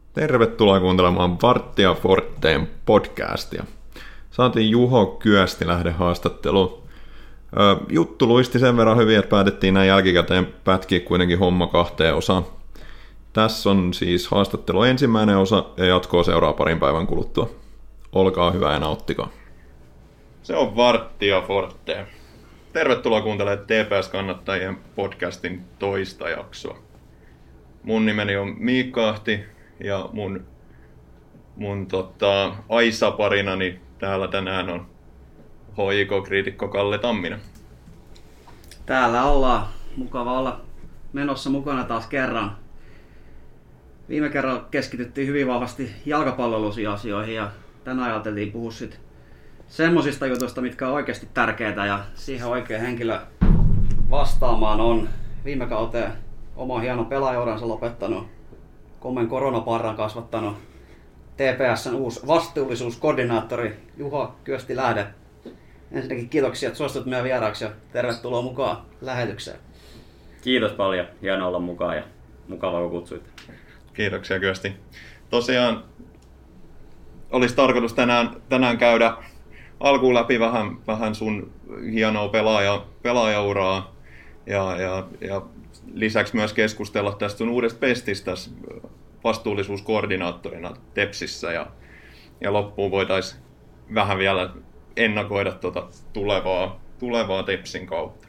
Tervetuloa kuuntelemaan Varttia Forteen podcastia. Saatiin Juho Kyöstilähden haastattelu. Juttu luisti sen verran hyvin, että päätettiin näin jälkikäteen pätkiä kuitenkin homma kahteen osaan. Tässä on siis haastattelu ensimmäinen osa ja jatkoa seuraa parin päivän kuluttua. Olkaa hyvä ja nauttikaa. Se on Varttia Forteen. Tervetuloa kuuntelemaan TPS-kannattajien podcastin toista jaksoa. Mun nimeni on Miikka Ahti ja mun Aisa-parinani täällä tänään on HJK-kriitikko Kalle Tamminen. Täällä ollaan. Mukava olla menossa mukana taas kerran. Viime kerralla keskityttiin hyvin vahvasti jalkapallollisiin asioihin ja tänään ajateltiin puhua sit semmosista jutuista, mitkä on oikeasti tärkeitä ja siihen oikea henkilö vastaamaan on viime kauteen oma hieno pelaajauransa lopettanut, kommen koronaparran kasvattanut TPS:n uusi vastuullisuuskoordinaattori Juho Kyöstilähde. Ensinnäkin kiitoksia, että suostut meidän vieraaksi ja tervetuloa mukaan lähetykseen. Kiitos paljon, hienoa olla mukaan ja mukavaa kun kutsuitte. Kiitoksia Kyösti. Tosiaan olisi tarkoitus tänään käydä alkuun läpi vähän sun hienoa pelaajauraa ja lisäksi myös keskustella tästä sun uudesta pestistä vastuullisuuskoordinaattorina Tepsissä ja loppuun voitaisiin vähän vielä ennakoida tulevaa Tepsin kautta.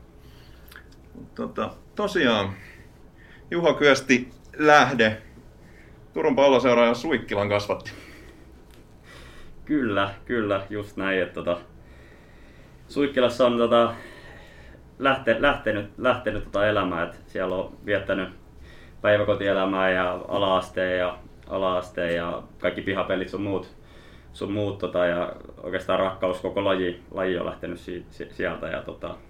Tosiaan Juho Kyöstilähde, Turun Palloseuraajan Suikkilan kasvatti. Kyllä, just näin, että Suikkilassa on lähtenyt elämää, että siellä on viettänyt päiväkotielämää ja ala-asteen ja kaikki pihapelit sun muut ja oikeastaan rakkaus koko laji on lähtenyt sieltä ja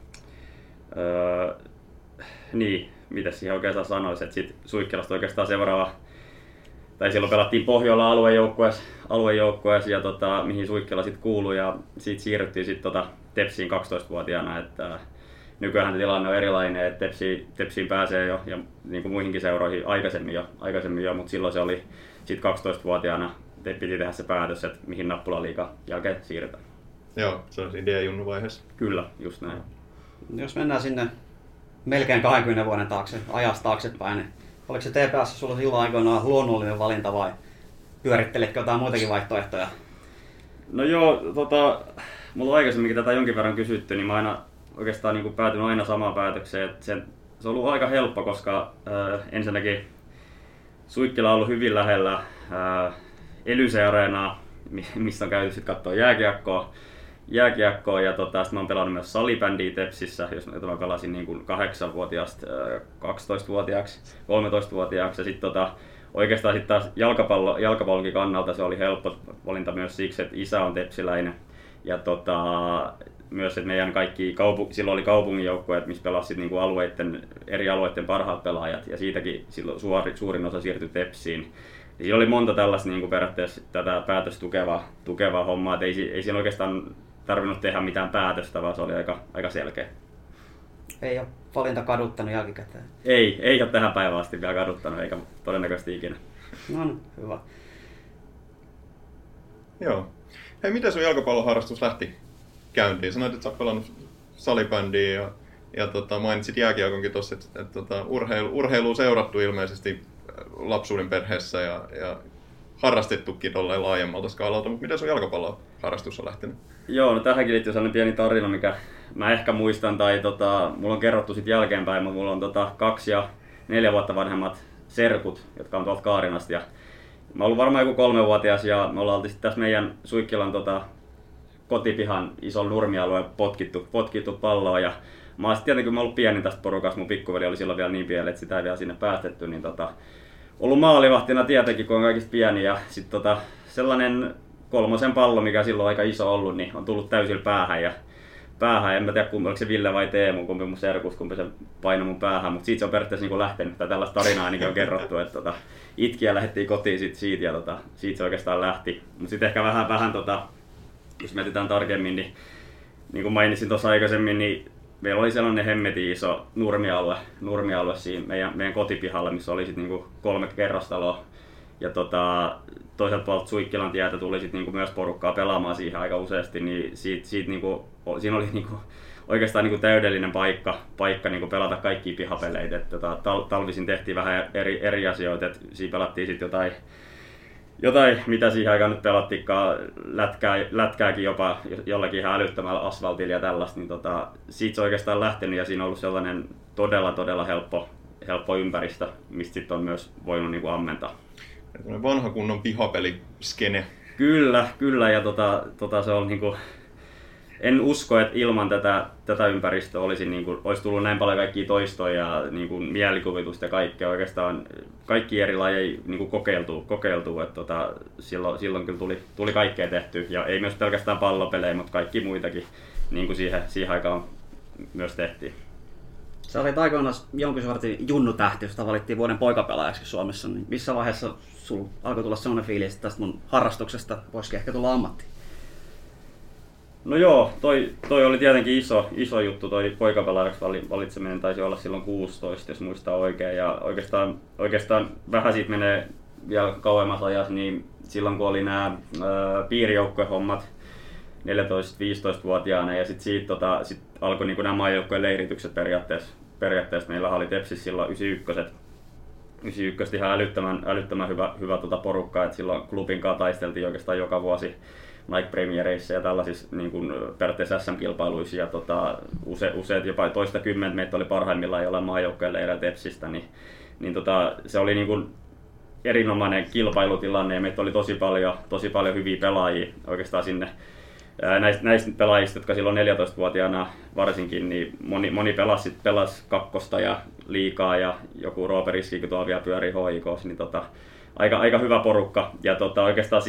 niin, mitä siihen oikeastaan sanoisi, että sit Suikkilasta oikeastaan seuraava tai silloin pelattiin Pohjola aluejoukkueessa ja mihin Suikkila sitten kuului ja siitä siirryttiin sitten Tepsiin 12-vuotiaana, että nykyään tilanne on erilainen, että Tepsiin pääsee jo ja niin kuin muihinkin seuroihin aikaisemmin jo, mutta silloin se oli sitten 12-vuotiaana piti tehdä se päätös, että mihin Nappulaliigan jälkeen siirrytään. Joo, se on siinä D-junnu vaiheessa. Kyllä, just näin. Jos mennään sinne melkein 20 vuoden ajasta taaksepäin, niin oliko se TPS sulla silloin aikoinaan luonnollinen valinta vai pyörittelitkö jotain muitakin vaihtoehtoja? No joo, mulla on aikaisemminkin tätä jonkin verran kysytty, niin mä aina oikeastaan niin päätynyt aina samaan päätökseen. Että se on ollut aika helppo, koska ensinnäkin Suikkila on ollut hyvin lähellä Elysee-areenaa, missä on käyty sitten katsoa jääkiekkoa ja sitten mä oon pelannut myös salibändiä Tepsissä, jos mä pelasin niin kuin 8-vuotiaasta 12-vuotiaaksi, 13-vuotiaaksi ja sitten oikeastaan sitten taas jalkapallonkin kannalta se oli helppo valinta myös siksi, että isä on tepsiläinen ja myös, että meidän kaikki silloin oli kaupungin joukkueet, missä pelasi niin kuin eri alueiden parhaat pelaajat ja siitäkin silloin suurin osa siirtyi Tepsiin. Ja siinä oli monta tällaista niin kuin periaatteessa tätä päätöstä tukevaa hommaa, että ei siinä oikeastaan tarvinnut tehdä mitään päätöstä, vaan se oli aika selkeä. Ei ole valinta kaduttanut jälkikäteen? Ei ole tähän päivään asti vielä kaduttanut, eikä todennäköisesti ikinä. No niin, hyvä. Joo. Hei, miten sun jalkapalloharrastus lähti käyntiin? Sanoit, että sä oot pelannut salibändiä ja mainitsit jääkiekonkin tuossa, että urheilua seurattu ilmeisesti lapsuuden perheessä ja harrastettukin tolleen laajemmalta skaalalta, mutta miten sun jalkapalloharrastus on lähtenyt? Joo, no tähänkin liittyy sellainen pieni tarina, mikä mä ehkä muistan, tai mulla on kerrottu sit jälkeenpäin, mutta mulla on 2 ja 4 vuotta vanhemmat serkut, jotka on tuolta Kaarinasta. Ja mä oon ollut varmaan joku 3-vuotias ja me ollaan sitten tässä meidän Suikkilan kotipihan ison nurmialueen potkittu palloa. Ja mä oon sitten tietenkin, kun mä oon ollut pieni tästä porukasta, mun pikkuveli oli silloin vielä niin pieni, että sitä ei vielä sinne päästetty, niin ollut maalivahtina tietenkin, kun on kaikista pieni. Ja sitten sellainen 3 pallo, mikä silloin on aika iso ollut, niin on tullut täysillä päähän. En mä tiedä, oliko se Ville vai Teemu, kumpi mun serkus, kumpi se painoi mun päähän, mutta siitä se on periaatteessa niin lähtenyt, tai tällaista tarinaa ainakin on kerrottu, että itkiä lähdettiin kotiin siitä ja siitä se oikeastaan lähti. Mutta sitten ehkä vähän jos mietitään tarkemmin, niin kuin mainitsin tuossa aikaisemmin, niin meillä oli sellainen hemmetin iso nurmialue siinä meidän kotipihalla, missä oli sitten niinku 3 kerrostaloa. Ja toiselta puolelta Suikkilan tietä tuli sit niinku myös porukkaa pelaamaan siihen aika useasti, niin siinä oli niinku oikeastaan niinku täydellinen paikka niinku pelata kaikkia pihapeleitä. Talvisin tehtiin vähän eri asioita, että siinä pelattiin sitten jotain, mitä siihen aikaan nyt pelattiinkaan, lätkääkin jopa jollakin ihan älyttömällä asfaltilla ja tällaista, niin siitä se on oikeastaan lähtenyt ja siinä on ollut sellainen todella helppo ympäristö, mistä sitten on myös voinut niinku ammentaa. Vanha kunnon pihapeliskene. Kyllä ja se on niinku, en usko, että ilman tätä ympäristöä olisi tullut näin paljon kaikkia toistoja ja niinku mielikuvitusta ja kaikkea. Oikeastaan kaikki eri lajeja niinku kokeiltuu että silloin kyllä tuli kaikkea tehty ja ei myös pelkästään pallopelejä, mutta kaikki muitakin niin kuin siihen aikaan myös tehtiin. Sä olit aikoinaan jonkin sortin junnutähti, josta valittiin vuoden poikapelaajaksi Suomessa. Niin missä vaiheessa sulla alkoi tulla sellainen fiilis, että tästä mun harrastuksesta voisikin ehkä tulla ammatti? No joo, toi oli tietenkin iso juttu, toi poikapelaajaksi valitseminen taisi olla silloin 16, jos muistaa oikein. Ja oikeastaan vähän siitä menee vielä kauemmas ajassa, niin silloin kun oli nämä piirijoukkuehommat 14-15-vuotiaana ja sitten siitä sit alkoi niinku nämä maajoukkojen leiritykset periaatteessa. Meillä oli Tepsissä silloin 91 ihan älyttömän hyvä porukka, että silloin klubin kanssa taisteltiin oikeastaan joka vuosi Nike Premiereissä ja tällaisissa niin kuin periaatteessa SM-kilpailuissa ja useat jopa toistakymmentä meitä oli parhaimmillaan jollain maajoukkojen leirillä Tepsistä, niin se oli niin kuin erinomainen kilpailutilanne ja meitä oli tosi paljon hyviä pelaajia oikeastaan sinne. Näistä pelaajista, jotka silloin 14-vuotiaana varsinkin, niin moni pelasi kakkosta ja liigaa ja joku Roope Riski, kun tuolla vielä pyörii HIK:ssa, niin aika hyvä porukka ja oikeastaan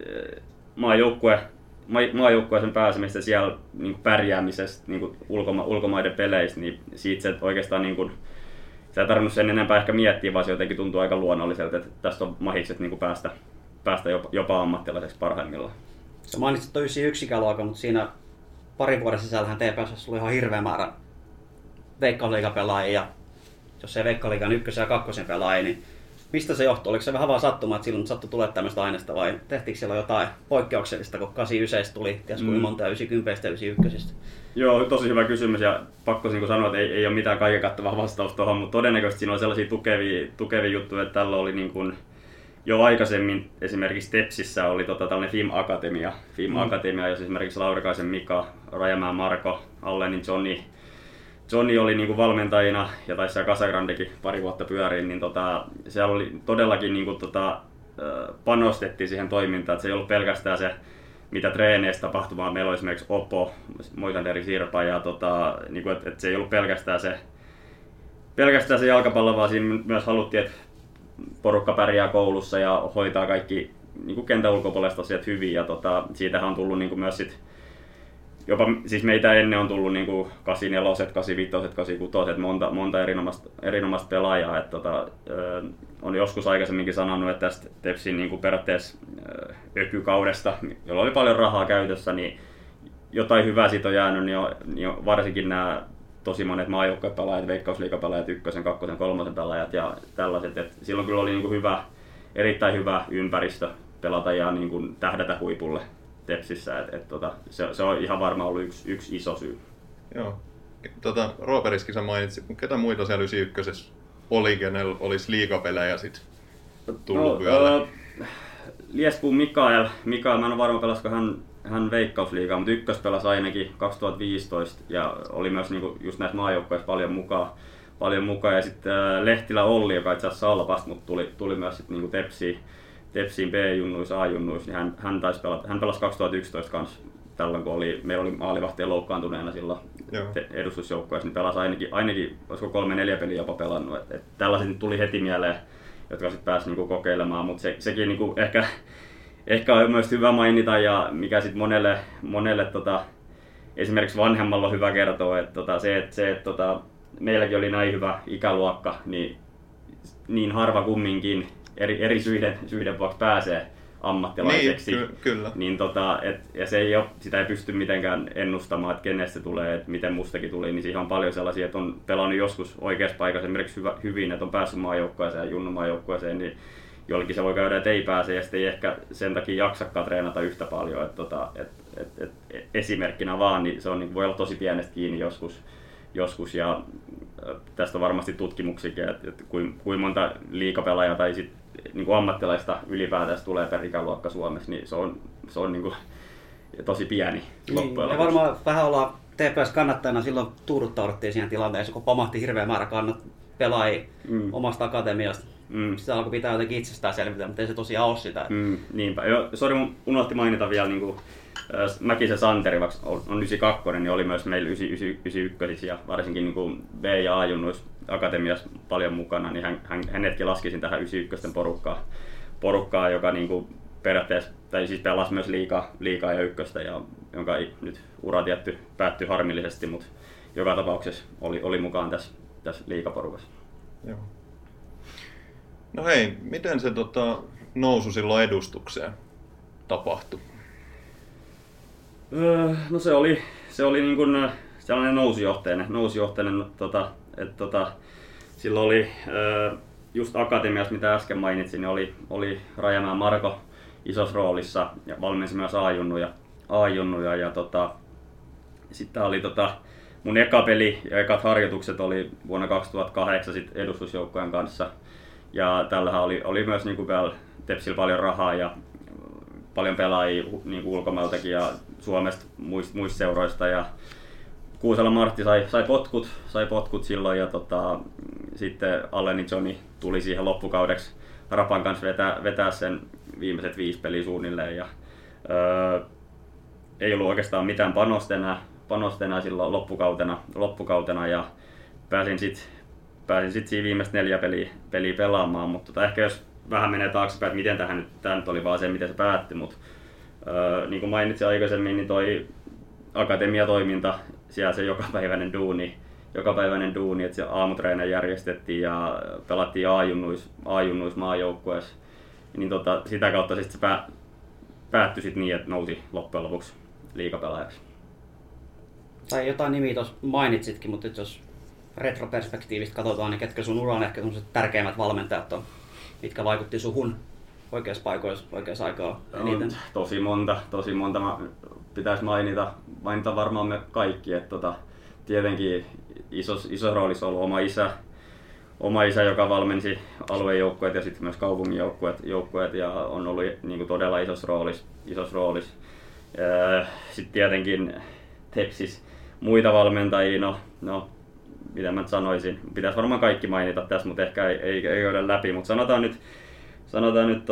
maajoukkueeseen pääsemistä siellä niin pärjäämisestä niin ulkomaiden peleissä, niin siitä se oikeastaan niin kuin, sä ei tarvinnut sen enempää ehkä miettiä, vaan se jotenkin tuntuu aika luonnolliselta, että tästä on mahikset niin päästä jopa ammattilaiseksi parhaimmillaan. Sä mainitsit tuon 91 ikäluokan, mutta siinä parin vuoden sisällähän TPS:ssä oli ihan hirveä määrä Veikkausliigapelaajia, jos ei Veikkausliigan 1. ja 2. pelaajia, niin mistä se johtui? Oliko se vähän vaan sattumaa, että silloin sattui tulemaan tämmöistä aineesta vai tehtiinkö siellä jotain poikkeuksellista, kun 89 tuli, ties kuin monta 90 ja 91? Joo, tosi hyvä kysymys ja pakko niin sanoa, että ei ole mitään kaiken kattavaa vastausta tuohon, mutta todennäköisesti siinä oli sellaisia tukevia juttuja, että tällä oli niin kuin jo aikaisemmin esimerkiksi Tepsissä oli tällainen FIM-akatemia, jossa esimerkiksi Laurikaisen Mika, Rajamäen Marko, Allenin Johnny oli niinku valmentajina ja taisi siellä Casagrandekin pari vuotta pyöriin, niin siellä oli todellakin niinku panostettiin siihen toimintaan, että se ei ollut pelkästään se, mitä treeneissä tapahtui, vaan meillä oli esimerkiksi Oppo, Moisanderi Sirpa ja niinku, että se ei ollut pelkästään se jalkapallo, vaan siinä myös haluttiin, että porukka pärjää koulussa ja hoitaa kaikki niinku kentän ulkopuolesta asiat hyvin ja siitähän on tullut niinku myös sit jopa siis meitä ennen on tullut niinku 84, 85, 86, monta erinomaista pelaajaa, että on joskus aikaisemminkin sanonut, että tästä Tepsin niinku periaatteessa ökykaudesta, jolla oli paljon rahaa käytössä, niin jotain hyvää siitä on jäänyt, niin varsinkin nämä tosi monet maajoukkuepelaajat, Veikkausliigapelaajat, 1., 2., 3. pelaajat ja tällaiset, että silloin kyllä oli niinku erittäin hyvä ympäristö pelata ja niinku tähdätä huipulle Tepsissä, se on ihan varmaan ollut yksi iso syy. Joo. Rooperiskin sä mainitsit, ketä muita siellä 91 oli, kenellä olisi liigapelejä sit tullut vyölle? Lieskuun Mikael, mä en ole varma pelasiko hän Veikkausliigaa, mutta 1. pelasi ainakin 2015 ja oli myös niinku just näissä maajoukkoissa paljon mukaan ja sitten Lehtilä Olli, joka itse asiassa Salpasta, mutta tuli myös sit niinku Tepsiin B-junnuissa, A-junnuissa, niin hän pelasi 2011 kanssa tällöin, kun meillä oli maalivahtia loukkaantuneena silloin edustusjoukkueessa, niin pelasi ainakin olisiko 3-4 peliä jopa pelannut. Tällaiset nyt tuli heti mieleen, jotka sitten pääsi niinku kokeilemaan, mutta sekin niinku ehkä on myös hyvä mainita ja mikä sitten monelle esimerkiksi vanhemmalla on hyvä kertoa, että meilläkin oli näin hyvä ikäluokka, niin harva kumminkin eri syiden vuoksi pääsee ammattilaiseksi. Niin, kyllä. Niin ja sitä ei pysty mitenkään ennustamaan, että kenestä se tulee, että miten mustakin tuli, niin siihen on paljon sellaisia, että on pelannut joskus oikeassa paikassa esimerkiksi hyvin, että on päässyt maajoukkueeseen ja junnumaajoukkueeseen, niin jollekin se voi käydä, että ei pääse ja sitten ei ehkä sen takia jaksakaan treenata yhtä paljon. Esimerkkinä vaan, niin se on, niin voi olla tosi pienestä kiinni joskus ja tästä on varmasti tutkimuksikin, että kuinka monta liigapelaajaa tai sit, niin kuin ammattilaista ylipäätään tulee per ikäluokka Suomessa, niin se on niin kuin tosi pieni loppujen lopuksi. Ja varmaan vähän ollaan TPS-kannattajana silloin tuuduttauduttiin siihen tilanteeseen, kun pamahti hirveä määrä pelaajia omasta akatemiasta. Sitä alkoi pitää jotenkin itsestään selvitä, mutta ei se tosiaan ole sitä. Niinpä. Sori, unohti mainita vielä, niin kuin Mäkisen Santeri, vaikka on 92, niin oli myös meillä 91 ja varsinkin niin kuin B- ja A-junnuissa akatemiassa paljon mukana, niin hänetkin laskisin tähän 91 porukkaa, joka niin kuin periaatteessa, tai siis pelasi myös liigaa ja ykköstä, ja jonka nyt ura tietty päättyi harmillisesti, mutta joka tapauksessa oli mukaan tässä liigaporukassa. Joo. No hei, miten se nousu silloin edustukseen tapahtui? No se oli niin kuin sellainen nousujohteinen että silloin oli just akatemiassa, mitä äsken mainitsin, niin oli Rajamäen Marko isossa roolissa ja valmensi myös A-junnuja ja sitten oli mun eka peli ja ekat harjoitukset oli vuonna 2008 sit edustusjoukkojen kanssa ja tällähän oli myös niinku Tepsillä paljon rahaa ja paljon pelaajia niinku ulkomailtakin ja Suomesta muista seuroista ja Kuusela Martti sai potkut silloin ja sitten Alleni Johnny tuli siihen loppukaudeksi Rapan kanssa vetää sen viimeiset 5 peliä suunnilleen ja ei ollut oikeastaan mitään panosta enää silloin loppukautena ja pääsin sit siinä viimeiset 4 peliä pelaamaan, mutta ehkä jos vähän menee taaksepäin, että miten tämä nyt oli vaan se, miten se päättyi, mutta niin kuin mainitsin aikaisemmin, niin toi akatemiatoiminta, siellä se jokapäiväinen duuni, että siellä aamutreenejä järjestettiin ja pelattiin A-junnuissa maajoukkueessa, niin sitä kautta sitten se päättyi sit niin, että nousi loppujen lopuksi liigapelaajaksi. Tai jotain nimiä tuossa mainitsitkin, mutta jos retroperspektiivistä katsotaan, niin ketkä sun uran ehkä tärkeimmät valmentajat on, mitkä vaikutti suhun oikeassa paikoissa, oikeassa aikaa eniten? Tosi monta. Pitäisi mainita varmaan me kaikki. Että tietenkin iso roolissa on ollut oma isä, joka valmensi aluejoukkueet ja sitten myös kaupungin joukkueet ja on ollut niin kuin todella isossa roolissa. Sitten tietenkin Tepsis muita valmentajia, no mitä mä sanoisin, pitäisi varmaan kaikki mainita tässä, mutta ehkä ei käydä läpi, mutta sanotaan nyt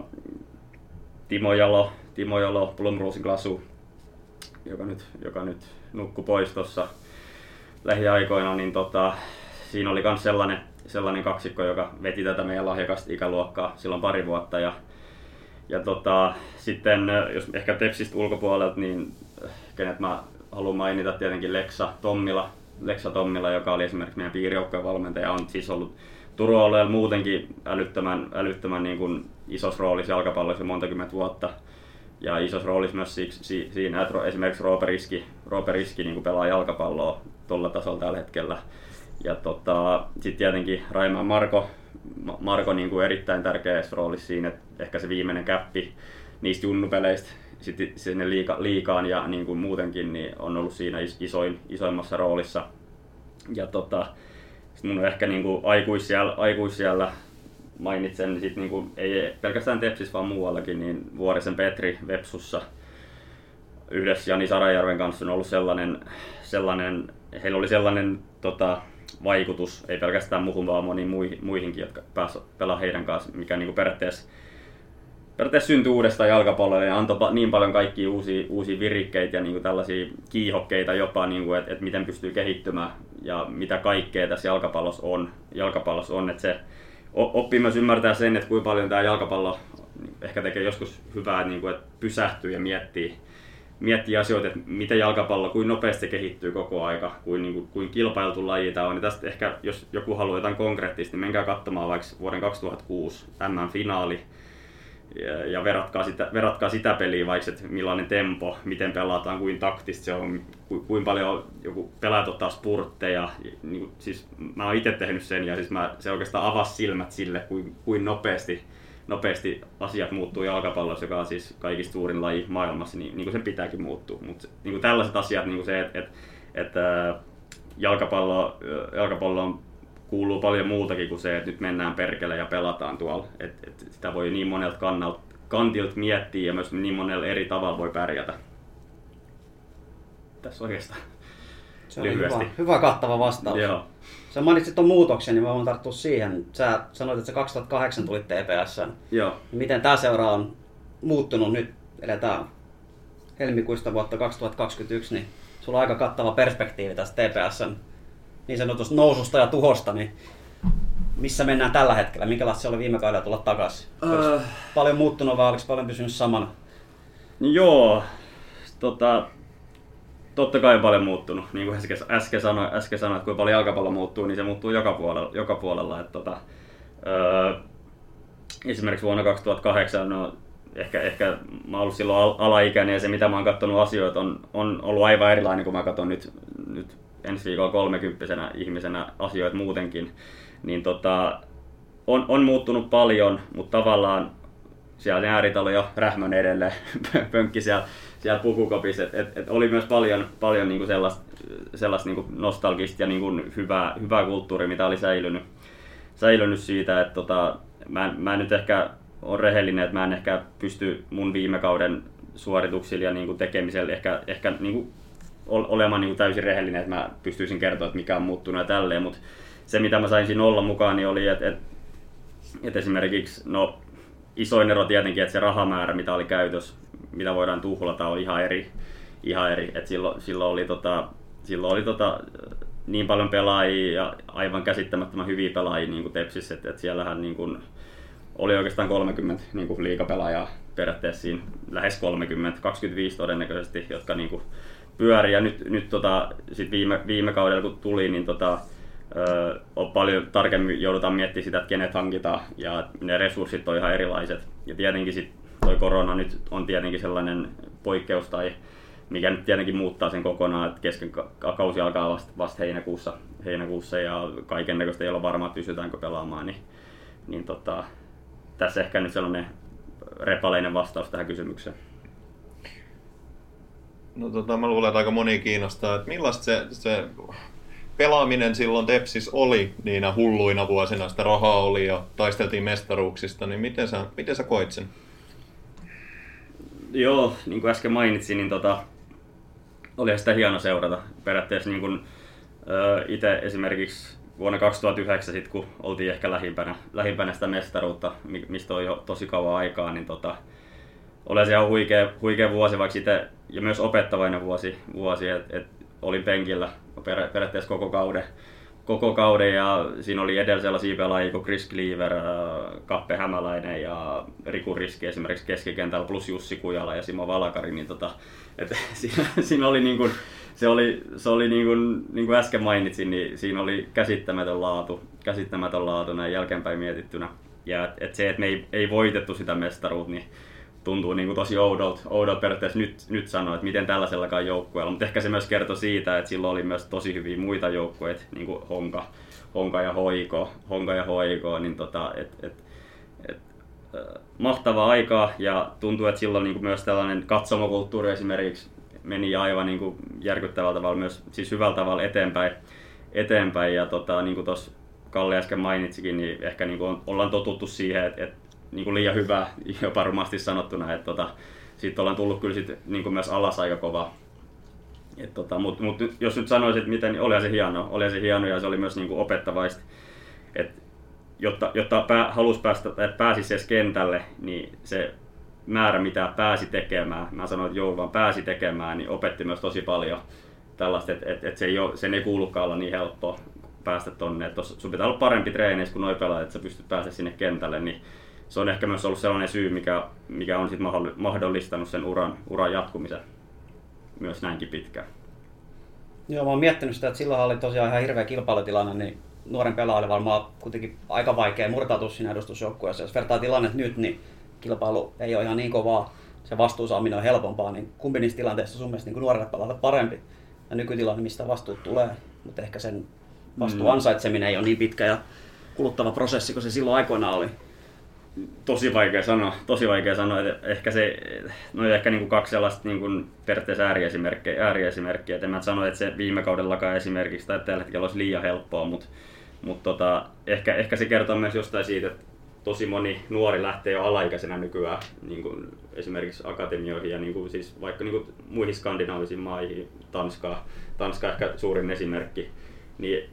Timo Jalo, Blomrosin Glasu, joka nyt nukkui pois tuossa lähiaikoina, niin siinä oli myös sellainen kaksikko, joka veti tätä meidän lahjakasta ikäluokkaa silloin pari vuotta ja sitten jos ehkä Tepsistä ulkopuolelta, niin kenet mä haluan mainita tietenkin Leksa Tommila, joka oli esimerkiksi meidän piirijoukkojen valmentaja, on siis ollut Turun alueella muutenkin älyttömän niin kuin isossa roolissa jalkapallossa monta kymmentä vuotta. Ja isossa roolissa myös siinä, että esimerkiksi Roope Riski niin kuin pelaa jalkapalloa tuolla tasolla tällä hetkellä. Ja sitten tietenkin Rajamäen Marko niin kuin erittäin tärkeässä roolissa siinä, että ehkä se viimeinen käppi niistä junnupeleistä sitten sinne liigaan ja niin kuin muutenkin niin on ollut siinä isoimmassa roolissa. Ja mun on ehkä niin kuin aikuisiellä mainitsen, niin sit niin kuin, ei pelkästään Tepsissä vaan muuallakin, niin Vuorisen Petri Vepsussa yhdessä Jani Sarajärven kanssa on ollut sellainen heillä oli sellainen vaikutus, ei pelkästään muuhun vaan moniin muihinkin, jotka pääsivät pelaamaan heidän kanssa, mikä niin kuin periaatteessa syntyi uudestaan jalkapallolle ja antoi niin paljon kaikkia uusia virikkeitä ja niin kuin tällaisia kiihokkeita jopa, niin kuin, että miten pystyy kehittymään ja mitä kaikkea tässä jalkapallossa on. Että se oppii myös ymmärtää sen, että kuinka paljon tämä jalkapallo ehkä tekee joskus hyvää, niin kuin, että pysähtyy ja miettii asioita, että miten jalkapallo, kuinka nopeasti se kehittyy koko aika, kuin kilpailtu laji tämä on. Ja tästä ehkä, jos joku haluaa jotain konkreettista, niin menkää katsomaan vaikka vuoden 2006 MM-finaali ja verratkaa sitä peliä, vaikka että millainen tempo, miten pelataan, kuinka taktista se on, kuinka paljon joku pelaajat ottaa spurtteja. Niin, siis mä oon itse tehnyt sen ja siis se oikeastaan avasi silmät sille, kuinka nopeasti nopeasti asiat muuttuu jalkapallossa, joka on siis kaikista suurin laji maailmassa, niin kuin sen pitääkin muuttua. Mutta niin tällaiset asiat, niin kuin se, että jalkapalloon kuuluu paljon muutakin kuin se, että nyt mennään perkele ja pelataan tuolla. Sitä voi niin monelta kantilta miettiä ja myös niin monella eri tavalla voi pärjätä. Tässä oikeastaan se oli hyvä kattava vastaus. Joo. Sä mainitsit tuon muutoksen, niin mä voin tarttua siihen. Sä sanoit, että sä 2008 tulit TPS:ään. Joo. Miten tää seura on muuttunut nyt? Eletään helmikuista vuotta 2021, niin sulla on aika kattava perspektiivi tästä TPS:n niin sanotusta noususta ja tuhosta. Niin missä mennään tällä hetkellä? Minkälaista se oli viime kaudella tulla takaisin? Paljon muuttunut vai oliko paljon pysynyt samana? Joo. Totta kai paljon muuttunut. Niin kuin äsken sanoin, että kun paljon jalkapallo muuttuu, niin se muuttuu joka puolella. Esimerkiksi vuonna 2008, ehkä mä oon ollut silloin alaikäinen ja se mitä mä oon katsonut asioita on ollut aivan erilainen kuin mä katson nyt ensi viikolla 30-vuotiaana ihmisenä asioita muutenkin. Niin on muuttunut paljon, mutta tavallaan siellä ääritalo jo Rähmön edelleen pönkki siellä pukukopissa, et oli myös paljon niinku sellaista niinku nostalgista ja niinku hyvää kulttuuria, mitä oli säilynyt siitä, että mä nyt ehkä on rehellinen, että mä en ehkä pysty mun viime kauden suorituksilla ja niinku tekemisellä ehkä niinku olemaan niinku täysin rehellinen, että mä pystyisin kertoa, että mikä on muuttunut ja tälleen, mutta se mitä mä sain siinä olla mukaan niin oli, että esimerkiksi isoin ero tietenkin, että se rahamäärä mitä oli käytössä, mitä voidaan tuhlata, on ihan eri. Et silloin oli niin paljon pelaajia ja aivan käsittämättömän hyviä pelaajia niin kuin Tepsissä, että siellähän niin kuin oli oikeastaan 30 niin kuin liigapelaajaa periaatteessa siinä, lähes 30, 25 todennäköisesti, jotka niin kuin pyöri. Ja nyt sit viime kaudella kun tuli, niin on paljon tarkemmin joudutaan miettimään sitä, että kenet hankitaan ja ne resurssit on ihan erilaiset. Ja tietenkin sit toi korona nyt on tietenkin sellainen poikkeus, tai mikä nyt tietenkin muuttaa sen kokonaan, että kesken kausi alkaa vasta heinäkuussa ja kaikennäköistä ei ole varmaa, että pysytäänkö pelaamaan. Niin tässä ehkä nyt sellainen repaleinen vastaus tähän kysymykseen. No mä luulen, että aika moni kiinnostaa, että millaista se pelaaminen silloin Tepsis oli niinä hulluina vuosina, sitä rahaa oli ja taisteltiin mestaruuksista, niin miten sä koit sen? Joo, niin kuin äsken mainitsin, niin oli sitä hieno seurata. Periaatteessa niin kuin, itse esimerkiksi vuonna 2009, sit, kun oltiin ehkä lähimpänä sitä mestaruutta, mistä on jo tosi kauan aikaa, niin oli se ihan huikea vuosi, vaikka itse, ja myös opettavainen vuosi että olin penkillä periaatteessa koko kauden ja siinä oli edellä sellaisia pelaajia kuin Chris Cleaver, Kappe Hämäläinen ja Riku Riski esimerkiksi keskikentällä plus Jussi Kujala ja Simo Valakari, niin siinä oli niin kuin, se oli niin kuin äsken mainitsin, niin siinä oli käsittämätön laatu näin jälkeenpäin mietittynä. Ja se, että me ei voitettu sitä mestaruutta, niin tuntuu niin kuin tosi oudolta periaatteessa nyt sanoa, että miten tällaisellakaan joukkueella, mutta ehkä se myös kertoi siitä, että silloin oli myös tosi hyviä muita joukkueita, niin kuin Honka ja Hoiko, niin mahtavaa aikaa ja tuntuu, että silloin niin kuin myös tällainen katsomokulttuuri esimerkiksi meni aivan niin kuin järkyttävällä tavalla, myös siis hyvällä tavalla eteenpäin ja niin kuin tuossa Kalle äsken mainitsikin, niin ehkä niin kuin ollaan totuttu siihen, että niin kuin liian hyvä, jopa rumasti sanottuna, että siitä ollaan tullut kyllä sit, niin kuin myös alas aika kovaa. Mutta jos nyt sanoisin, että miten, niin olihan se hieno ja se oli myös niin kuin opettavaista, että jotta halusi päästä, että pääsisi edes kentälle, niin se määrä mitä pääsi tekemään, mä sanoin, että vaan pääsi tekemään, niin opetti myös tosi paljon tällaista, että sen ei kuulukaan olla niin helppoa päästä tonne, että sun pitää olla parempi treeneissä kuin noi pelaajat, että sä pystyt pääsemään sinne kentälle, niin se on ehkä myös ollut sellainen syy, mikä on sit mahdollistanut sen uran jatkumisen myös näinkin pitkään. Joo, mä oon miettinyt sitä, että silloin oli tosiaan ihan hirveä kilpailutilanne, niin nuoren pelaajalle varmaan kuitenkin aika vaikea murtautua siinä edustusjoukkueessa. Jos vertaa tilannet nyt, niin kilpailu ei ole ihan niin kovaa, se vastuusaaminen on helpompaa, niin kumpi niissä tilanteissa sun mielestä niin nuorelle pelaajalle parempi? Ja nykytilanne, mistä vastuut tulee, mutta ehkä sen vastuun ansaitseminen ei ole niin pitkä ja kuluttava prosessi kuin se silloin aikoinaan oli. Tosi vaikea sanoa, että ehkä se, no ehkä niin kuin kaksi sellaista niin kuin periaatteessa ääriesimerkkiä, että en mä sano, että se viime kaudellakaan esimerkiksi tai tällä hetkellä olisi liian helppoa, mutta ehkä se kertoo myös jostain siitä, että tosi moni nuori lähtee jo alaikäisenä nykyään niin kuin esimerkiksi akatemioihin ja niin kuin siis vaikka niin kuin muihin skandinaavisiin maihin, Tanska ehkä suurin esimerkki, niin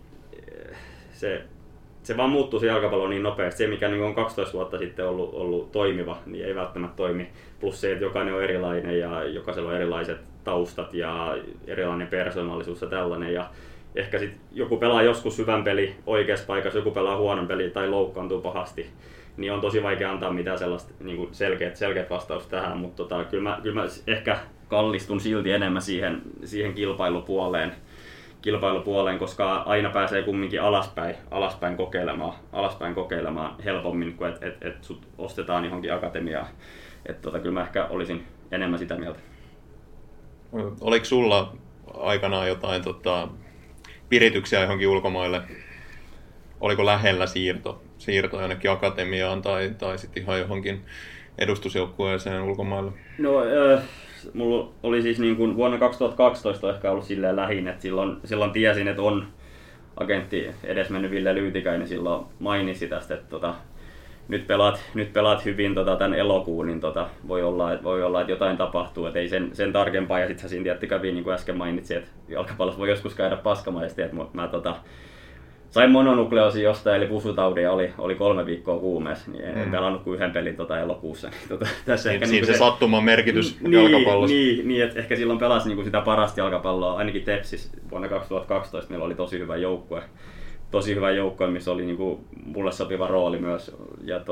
se vaan muuttuu se jalkapallo niin nopeasti. Se, mikä on 12 vuotta sitten ollut toimiva, niin ei välttämättä toimi. Plus se, että jokainen on erilainen ja jokaisella on erilaiset taustat ja erilainen persoonallisuus ja tällainen. Ja ehkä sitten joku pelaa joskus hyvän peli oikeassa paikassa, joku pelaa huonon peli tai loukkaantuu pahasti. Niin on tosi vaikea antaa mitään sellaista niin selkeät vastausta tähän, mutta kyllä mä ehkä kallistun silti enemmän siihen kilpailupuoleen, koska aina pääsee kumminkin alaspäin kokeilemaan helpommin kuin että sut ostetaan johonkin akatemiaan. Kyllä mä ehkä olisin enemmän sitä mieltä. Oliko sulla aikanaan jotain pirityksiä johonkin ulkomaille? Oliko lähellä siirto jonnekin akatemiaan tai sitten ihan johonkin edustusjoukkueeseen ulkomaille? No, mulla oli siis niin kuin vuonna 2012 ehkä ollut silleen lähin, että silloin tiesin, että on agentti edesmennyt Ville Lyytikäinen silloin mainitsi tästä, että nyt pelaat hyvin tämän elokuun, niin voi olla, että jotain tapahtuu, että ei sen tarkempaa. Ja sitten siinä tietty kävi, niin kuin äsken mainitsin, että jalkapallossa voi joskus käydä paskamaisesti, että mä sain mononukleosin jostain, eli pusutaudin ja oli 3 viikkoa kuumeessa, niin en pelannut kuin yhden pelin elokuussa. Tässä ehkä siinä se sattuman merkitys jalkapallossa. Niin, että ehkä silloin pelasi niin kuin sitä parasta jalkapalloa, ainakin Tepsis vuonna 2012 meillä oli tosi hyvä joukkue, missä oli niin kuin mulle sopiva rooli myös. Ja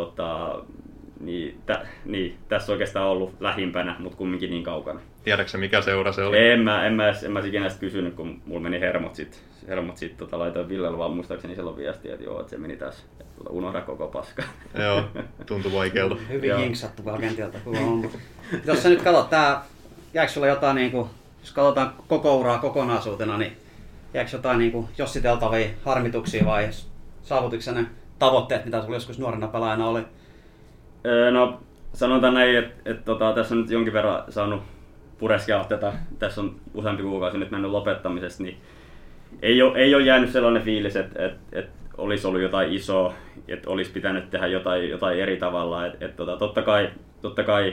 tässä oikeastaan ollut lähimpänä, mutta kumminkin niin kaukana. Tiedätkö mikä seura se oli? En mä ikinä sitä kysynyt, kun mulla meni hermot sit laitoin Villelle vaan muistaakseni silloin viestiä, että joo, että se meni tässä, että unohda koko paska. Joo, tuntui vaikealta. Hyvin jinksattu agentilta, kun on. Jos sä nyt katsot, jääkö sulla jotain, niin kuin, jos katsotaan koko uraa kokonaisuutena, niin jääkö jotain niin kuin, jossiteltavia harmituksia vai saavutiko ne tavoitteet, mitä sulla joskus nuorena pelaajana oli? No, sanotaan näin, että tässä on nyt jonkin verran saanut pureskella tätä. Tässä on useampi kuukausi nyt mennyt lopettamisesta, niin ei ole jäänyt sellainen fiilis, että olisi ollut jotain isoa, että olisi pitänyt tehdä jotain eri tavalla. Totta kai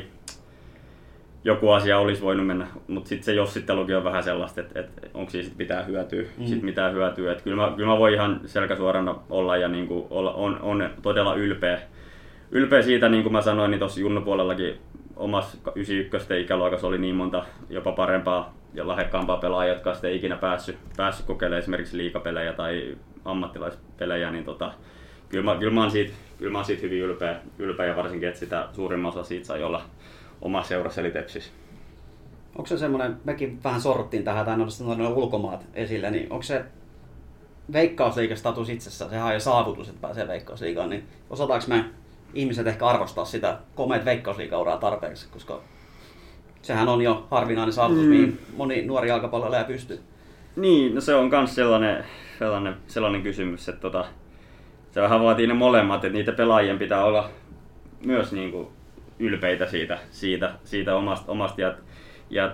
joku asia olisi voinut mennä, mutta sitten se jossittelukin on vähän sellaista, että onko siinä mitään hyötyä. Että kyllä mä voin ihan selkäsuorana olla ja niin kuin on todella ylpeä siitä, niin kuin mä sanoin, niin tuossa junnupuolellakin omassa 91 ikäluokassa oli niin monta jopa parempaa ja lahjakkaampaa pelaajia, jotka on sitten ikinä päässyt kokeilemaan esimerkiksi liigapelejä tai ammattilaispelejä, niin kyllä mä oon siitä hyvin ylpeä ja varsinkin, että sitä suurimman osa siitä sai olla omassa seurassa eli Tepsissä. Onko se semmoinen, mekin vähän sorruttiin tähän tai noin ulkomaat esille, niin onko se Veikkausliigastatus itsessään, sehän on jo saavutus, että pääsee Veikkausliigaan, niin osataanko me ihmiset ehkä arvostaa sitä komeat Veikkausliigauraa tarpeeksi, koska sehän on jo harvinainen saavutus, mihin moni nuori jalkapalloilija pystyy. Niin, no se on myös sellainen kysymys, että se vähän vaatii ne molemmat, että niitä pelaajien pitää olla myös niin kuin ylpeitä siitä omasta ja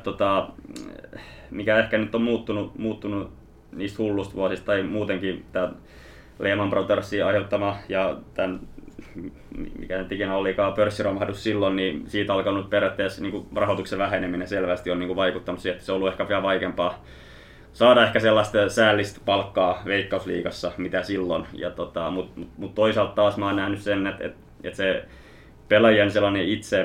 mikä ehkä nyt on muuttunut niistä hullusta vuosista tai muutenkin tämä Lehman Brothersin aiheuttama ja tämän mikä nyt ikinä olikaan pörssiromahdus silloin, niin siitä alkanut periaatteessa niin kuin rahoituksen väheneminen selvästi on niin kuin vaikuttanut siihen, että se on ollut ehkä vielä vaikeampaa saada ehkä sellaista säällistä palkkaa Veikkausliigassa, mitä silloin. Mutta toisaalta taas mä oon nähnyt sen, että se pelaajien sellainen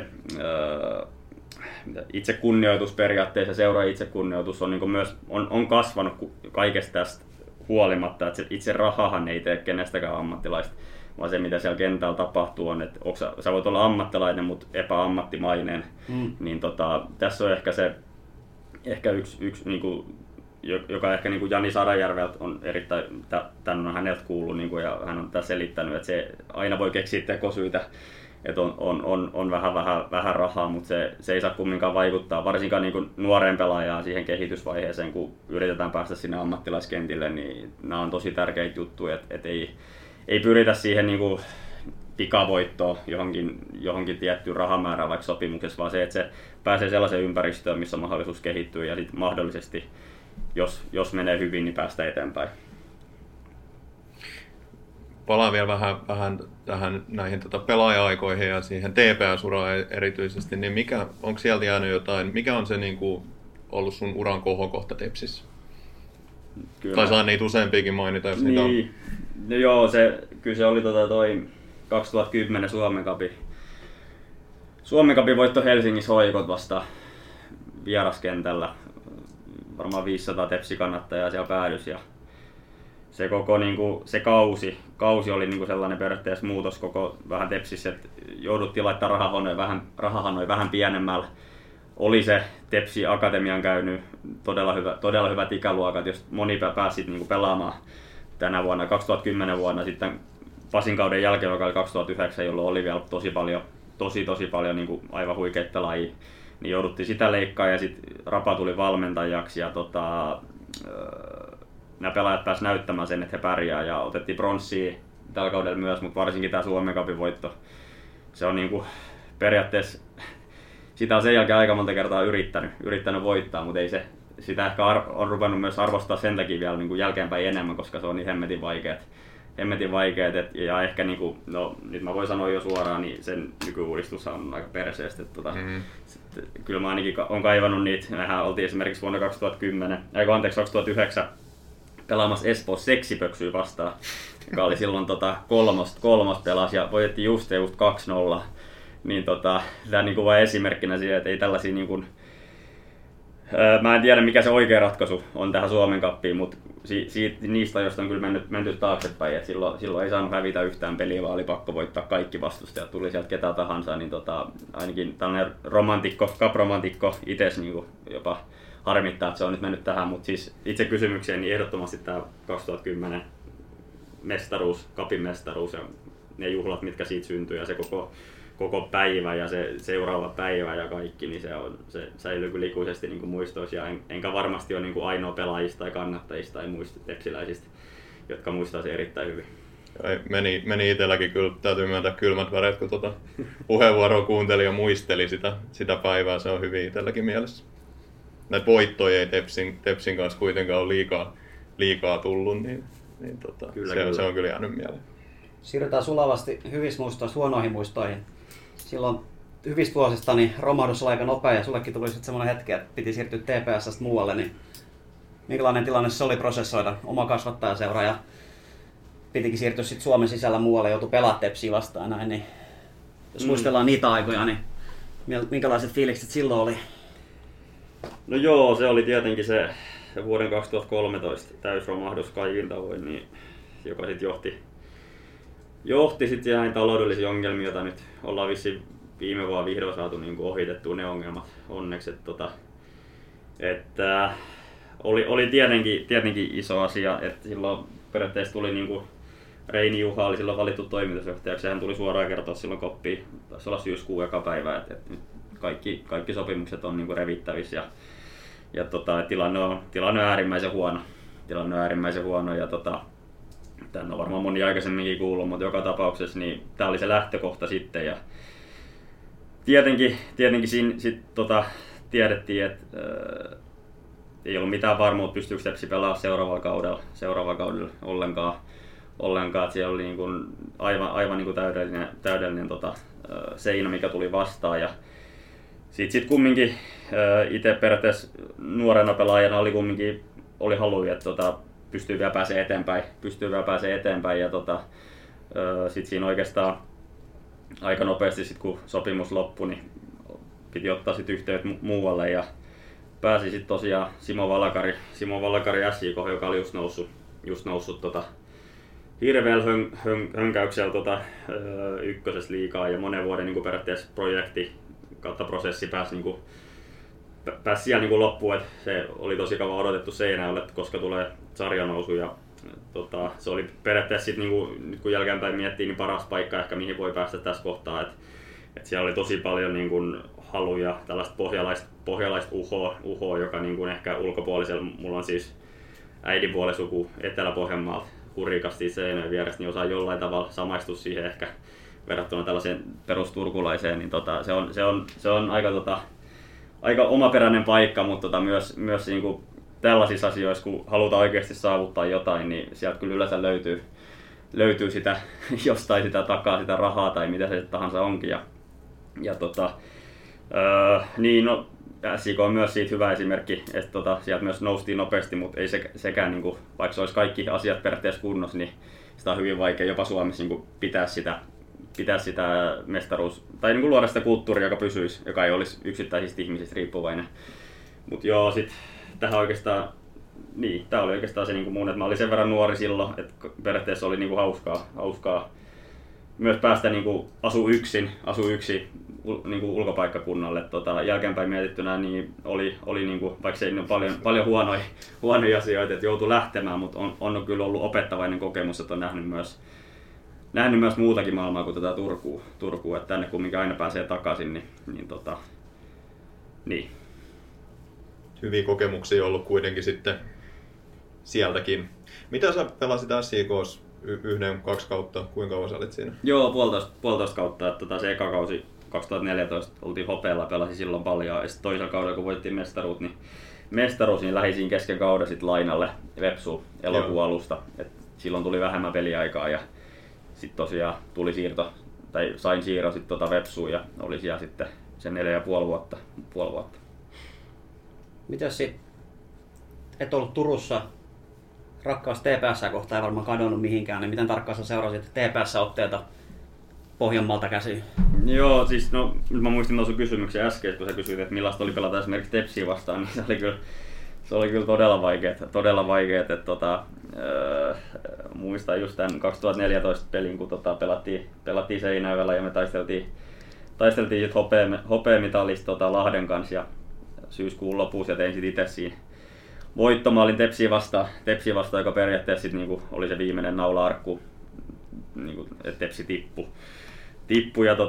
itse kunnioitus periaatteessa, seuraajan itsekunnioitus on niin kuin myös on kasvanut kaikesta tästä huolimatta, että se itse rahahan ei tee kenestäkään ammattilaista, vaan se mitä siellä kentällä tapahtuu on, että sä voit olla ammattilainen, mutta epäammattimainen, niin tässä on ehkä yksi niin kuin, joka ehkä niin kuin Jani Sarajärveltä on erittäin, tämän on häneltä kuullut niin kuin, ja hän on tässä selittänyt, että se aina voi keksiä tekosyitä, että on vähän rahaa, mutta se ei saa kumminkaan vaikuttaa, varsinkaan niin kuin nuoreen pelaajaan siihen kehitysvaiheeseen, kun yritetään päästä sinne ammattilaiskentille, niin nämä on tosi tärkeitä juttuja, että ei pyritä siihen niin kuin pikavoittoa johonkin tiettyyn rahamäärään vaikka sopimuksessa, vaan se, että se pääsee sellaiseen ympäristöön, missä on mahdollisuus kehittyä ja sitten mahdollisesti, jos menee hyvin, niin päästä eteenpäin. Palaan vielä vähän tähän näihin pelaaja-aikoihin ja siihen TPS-uraan erityisesti, niin onko sieltä jäänyt jotain, mikä on se niin kuin ollut sun uran kohokohta Tepsissä? Kyllä. Tai saa niitä useampiakin mainita, jos niitä on. No joo, kyllä se oli toi 2010 Suomen Cupin voitto Helsingissä Hoikot vasta vieraskentällä. Varmaan 500 Tepsi-kannattajaa siellä päädys. Ja se koko se kausi oli sellainen periaatteessa muutos koko vähän Tepsissä, että jouduttiin laittaa rahahanoja vähän pienemmällä. Oli se Tepsi Akatemian käynyt todella hyvät ikäluokat, jos moni pääsi pelaamaan tänä vuonna, 2010 vuonna sitten Pasin kauden jälkeen, joka oli 2009, jolloin oli vielä tosi paljon aivan huikeita pelaajia, niin jouduttiin sitä leikkaa ja sitten Rapa tuli valmentajaksi ja nämä pelaajat pääsivät näyttämään sen, että he pärjää ja otettiin pronssia tällä kaudella myös, mutta varsinkin tämä Suomen Cupin voitto, se on periaatteessa, sitä on sen jälkeen aika monta kertaa yrittänyt voittaa, mutta ei sitä ehkä on ruvennut myös arvostaa sen takia vielä jälkeenpäin enemmän, koska se on niin hemmetin vaikeat ja ehkä nyt mä voin sanoa jo suoraan, niin sen nykyuudistus on aika perseestä. Kyllä mä ainakin on kaivannut niitä. Mehän oltiin esimerkiksi vuonna 2009 pelaamassa Espoossa Seksipöksyä vastaan, joka oli silloin kolmos pelas ja voitettiin just 2-0. Niin tämä vain esimerkkinä siitä, että ei tällaisia mä en tiedä mikä se oikea ratkaisu on tähän Suomen Cupiin, mutta niistä ajoista on kyllä menty taaksepäin, että silloin ei saanut hävitä yhtään peliä, vaan oli pakko voittaa kaikki vastustajat, tuli sieltä ketä tahansa, niin ainakin tällainen cup-romantikko itse jopa harmittaa, että se on nyt mennyt tähän, mutta siis itse kysymykseen, niin ehdottomasti tämä 2010 mestaruus, Cupin mestaruus ja ne juhlat, mitkä siitä syntyy ja se koko päivä ja se seuraava päivä ja kaikki, niin se säilyy kyllä ikuisesti muistoissa ja enkä varmasti ole ainoa pelaajista tai kannattajista tai muista tepsiläisistä, jotka muistaa se erittäin hyvin. Meni itselläkin kyllä, täytyy myöntää kylmät väreet, kun puheenvuoroa kuunteli ja muisteli sitä päivää, se on hyvin itselläkin mielessä. Näitä voittoja ei Tepsin kanssa kuitenkaan ole liikaa tullut, niin se on kyllä jäänyt mieleen. Siirrytään sulavasti hyvistä muistoista huonoihin muistoihin. Silloin hyvistä vuosista niin romahdus oli aika nopea ja sullekin tuli sitten semmoinen hetki, että piti siirtyä TPS:stä muualle. Niin minkälainen tilanne se oli prosessoida oma kasvattajaseura ja pitikin siirtyä sitten Suomen sisällä muualle, joutui pelaamaan Tepsiä vastaan näin. Niin jos muistellaan niitä aikoja, niin minkälaiset fiilikset silloin oli? No joo, se oli tietenkin se vuoden 2013 täysromahdus kaikin tavoin, niin, joka sitten johti sitten näihin taloudellisiin ongelmiin, joita nyt ollaan vissiin viime vuonna vihdoin saatu ohitettua ne ongelmat onneksi. Että oli tietenkin iso asia, että silloin periaatteessa tuli Reini Juha oli silloin valittu toimitusjohtajaksi ja hän tuli suoraan kertoa silloin koppiin, taisi olla syyskuun joka päivä, että nyt kaikki sopimukset on revittävissä ja tilanne on äärimmäisen huono ja tämän on varmaan moni aikaisemminkin kuullut, mutta joka tapauksessa niin tämä oli se lähtökohta sitten ja tietenkin siinä tiedettiin, että ei ollut mitään varmuutta pystyykö Tepsi pelaamaan seuraavalla kaudella ollenkaan, että siellä oli aivan täydellinen seinä, mikä tuli vastaan ja sitten kumminkin itse periaatteessa nuorena pelaajana oli haluja, että pystyy vielä pääsee eteenpäin ja sitten siinä oikeastaan aika nopeasti sit, kun sopimus loppui, niin piti ottaa sit yhteyttä muualle ja pääsi sitten tosiaan Simo Valakari SJK, joka oli just noussut hirveällä hönkäyksellä ykkösessä liigaa ja monen vuoden periaatteessa projekti kautta prosessi pääsi siellä loppuun, että se oli tosi kauan odotettu Seinäjoelle, koska tulee sarjanousu ja se oli periaatteessa sit, nyt kun jälkeenpäin miettii, niin paras paikka ehkä mihin voi päästä tässä kohtaa, että siellä oli tosi paljon haluja, tällaista pohjalaista uhoa, joka ehkä ulkopuolisella, mulla on siis äidinpuolen suku Etelä-Pohjanmaalta Kurikasta Seinäjoen vierestä, niin osaa jollain tavalla samaistua siihen ehkä verrattuna tällaiseen perusturkulaiseen, niin se on aika omaperäinen paikka, mutta myös niin kuin tällaisissa asioissa, kun halutaan oikeasti saavuttaa jotain, niin sieltä kyllä yleensä löytyy sitä jostain sitä takaa, sitä rahaa tai mitä se tahansa onkin. Niin no, SJK on myös siitä hyvä esimerkki, että sieltä myös noustiin nopeasti, mutta ei sekään, niin kuin, vaikka se olisi kaikki asiat periaatteessa kunnossa, niin sitä on hyvin vaikea jopa Suomessa niin kuin pitää sitä tai niin kuin luoda sitä kulttuuria, joka pysyisi, joka ei olisi yksittäisistä ihmisistä riippuvainen. Mutta joo, sitten tähän oikeastaan, niin, tää oli oikeastaan se niin kuin mun, että mä olin sen verran nuori silloin, että periaatteessa oli niin kuin hauskaa myös päästä niin kuin asua yksin niin kuin ulkopaikkakunnalle. Jälkeenpäin mietittynä niin oli niin kuin, vaikka se ei ole paljon huonoja asioita, että joutui lähtemään, mutta on kyllä ollut opettavainen kokemus, että on nähnyt myös muutakin maailmaa kuin tätä Turkua, että tänne kumminkin aina pääsee takaisin, niin. Hyviä kokemuksia ollut kuitenkin sitten sieltäkin. Mitä sä pelasit SJK:ssa 1-2 kautta? Kuinka kauan sä olit siinä? Joo, puolitoista kautta. Että se eka kausi 2014 oltiin hopealla, pelasin silloin paljon. Ja sitten toisella kaudella, kun voittiin mestaruus, niin lähdin siinä kesken kauden sit lainalle Vepsuun elokuun alusta. Et silloin tuli vähemmän peliaikaa ja sitten tosiaan tuli siirto, tai sain siirron sitten Vepsuun ja oli siellä sitten sen 4,5 vuotta. Mitäs sit, et ollut Turussa, rakkaus TPS:ää kohtaan ei varmaan kadonnut mihinkään, niin miten tarkkaan sä seurasit TPS-otteita Pohjanmaalta käsiin? Joo, siis no, mä muistin sun kysymyksen äsken, kun sä kysyit, että millaista oli pelata esimerkiksi Tepsiä vastaan, niin se oli kyllä todella vaikeet, että muistan just tämän 2014 pelin, kun pelattiin Seinäjoella ja me taisteltiin sit hopeamitalista Lahden kanssa ja syyskuun lopussa ja tein sit itse siinä voittomaalin Tepsiä vastaan, joka periaatteessa sit niinku oli se viimeinen naula-arkku, niinku, että Tepsi tippui ja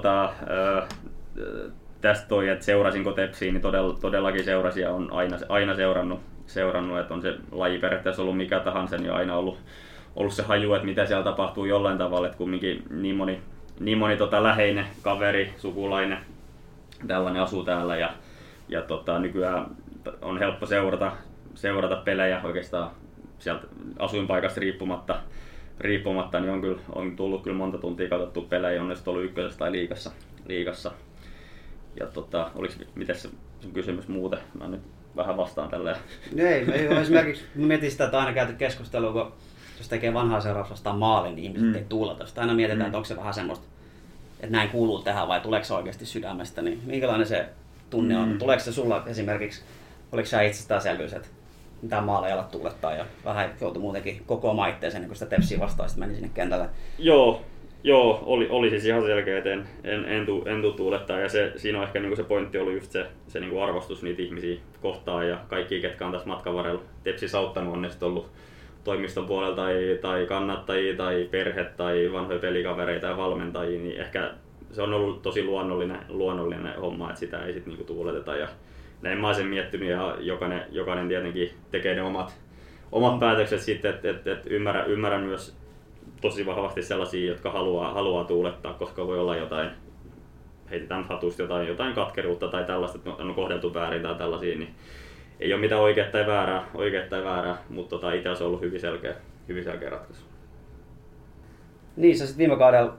tästä toi, että seurasinko Tepsiä, niin todellakin seurasin ja on aina seurannut, että on se laji periaatteessa ollut mikä tahansa, niin on aina ollut se haju, että mitä siellä tapahtuu jollain tavalla, että kumminkin niin moni läheinen kaveri, sukulainen, tällainen asuu täällä ja nykyään on helppo seurata pelejä oikeastaan sieltä asuinpaikasta riippumatta, niin on tullut kyllä monta tuntia katsottua pelejä, on ne ollut ykkösessä tai liigassa. Ja mites se sun kysymys muuten? Mä nyt vähän vastaan tälleen. Ei esimerkiksi mietin sitä, että aina käyty keskustelua, kun jos tekee vanhaa seuraus vastaan maalin, niin ihmiset ei tuulata sitä. Aina mietitään, että onko se vähän semmoista, että näin kuuluu tehdä vai tuleeko se oikeasti sydämestä, niin minkälainen se tunne on? Tuleeko se sulla esimerkiksi, oliko sä itsestäänselvyys, että mitä maaleja alat tuulettaa ja vähän joutui muutenkin kokoamaan itteensä, niin kun sitä Tepsiä vastaan meni sinne kentälle? Joo, oli siis ihan selkeä, että en tuu tuulettaa ja siinä on ehkä niinku se pointti ollut just se niinku arvostus niitä ihmisiä kohtaan ja kaikki, ketkä on tässä matkan varrella Tepsissä auttanut, on ne sitten ollut toimiston puolella tai kannattajia tai perhe tai vanhoja pelikavereita ja valmentajia, niin ehkä se on ollut tosi luonnollinen homma, että sitä ei sitten niinku tuuleteta ja näin mä oon sen miettinyt ja jokainen tietenkin tekee ne omat päätökset sitten, että ymmärrän myös tosi vahvasti sellaisia, jotka haluaa tuulettaa, koska voi olla jotain, heitetään hatusta jotain katkeruutta tai tällaista, että on kohdeltu väärin tai tällaisia, niin ei ole mitään oikeaa tai väärää, mutta itse asiassa on ollut hyvin selkeä ratkaisu. Niin, sä sitten viime kaudella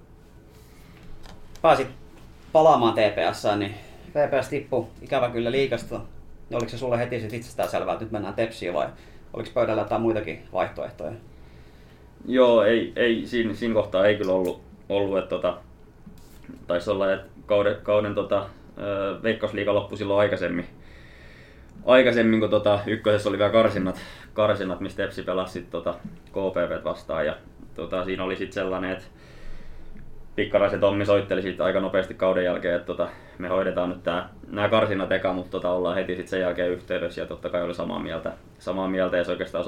pääsit palaamaan TPS:ään, niin TPS tippui ikävä kyllä liigasta. Oliko se sulle heti sit itsestään selvää, että nyt mennään Tepsiin vai oliko pöydällä jotain muitakin vaihtoehtoja? Joo, ei siinä kohtaa ei kyllä ollut että taisi olla, että kauden Veikkausliiga loppui silloin aikaisemmin kun ykkösessä oli vielä karsinnat missä Tepsi pelasi sit KPV vastaan ja siinä oli sitten sellainen, että Pikkaraisen Tommi soitteli siitä aika nopeasti kauden jälkeen, että me hoidetaan nyt nämä karsinnat eka, mutta ollaan heti sit sen jälkeen yhteydessä ja totta kai oli samaa mieltä ja se oikeastaan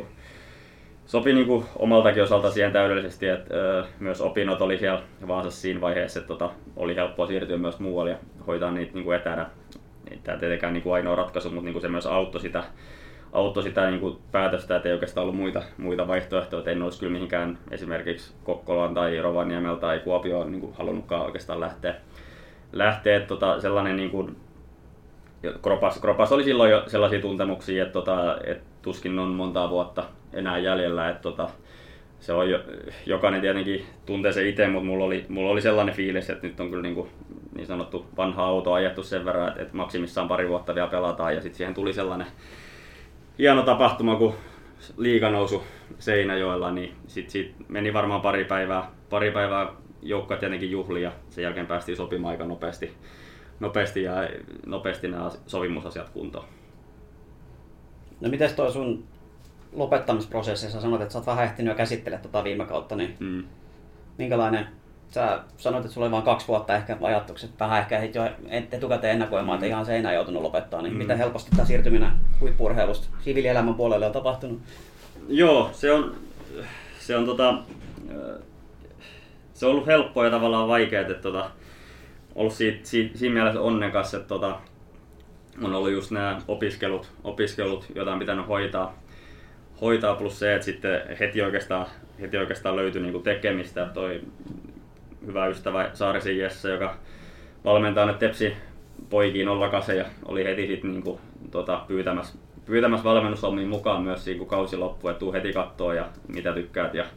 sopi niinku omaltakin osalta siihen täydellisesti, että myös opinnot oli siellä Vaasassa siinä vaiheessa, että oli helppoa siirtyä myös muualle ja hoitaa niitä niinku etänä. Tämä tietenkään niinku ainoa ratkaisu, mutta niinku se myös auttoi auttoi sitä niin kuin päätöstä, että ei oikeastaan ollut muita vaihtoehtoja, että en olisi kyllä mihinkään esimerkiksi Kokkolaan tai Rovaniemellä tai Kuopioon niin kuin halunnutkaan oikeastaan lähteä sellainen niin kuin, kropas oli silloin jo sellaisia tuntemuksia, että tuskin on montaa vuotta enää jäljellä, että se on jokainen tietenkin tuntee se itse, mutta mulla oli sellainen fiilis, että nyt on kyllä niin sanottu vanha auto ajettu sen verran, että maksimissaan pari vuotta vielä pelataan, ja sitten siihen tuli sellainen hieno tapahtuma kuin liiganousu Seinäjoella, niin sit meni varmaan pari päivää joukkoja tietenkin juhli, ja sen jälkeen päästiin sopimaan aika nopeasti nämä sopimusasiat kuntoon. No mites toi sun lopettamisprosessi, sä sanoit, että sä oot vähän ehtinyt jo käsittelemään viime kautta, niin minkälainen, sä sanoit, että sulla oli vain 2 vuotta ehkä ajatukset, vähän ehkä jo etukäteen ennakoimaan, että ihan Seinään joutunut lopettaa, niin miten helposti tämä siirtyminen huippu-urheilusta siviilielämän puolelle on tapahtunut? Joo, se on ollut helppoa ja tavallaan vaikeaa, että ollut siinä mielessä onnekas, että on ollut just nämä opiskelut, joita on pitänyt hoitaa plus se, että sitten heti oikeastaan löytyi niinku tekemistä. Toi hyvä ystävä Saarisen Jesse, joka valmentaa nyt Tepsi poikiin 08 ja oli heti sitten niinku, pyytämässä valmennushommiin mukaan myös siinä, kun kausi loppui, että tuu heti kattoo ja mitä tykkäät. Ja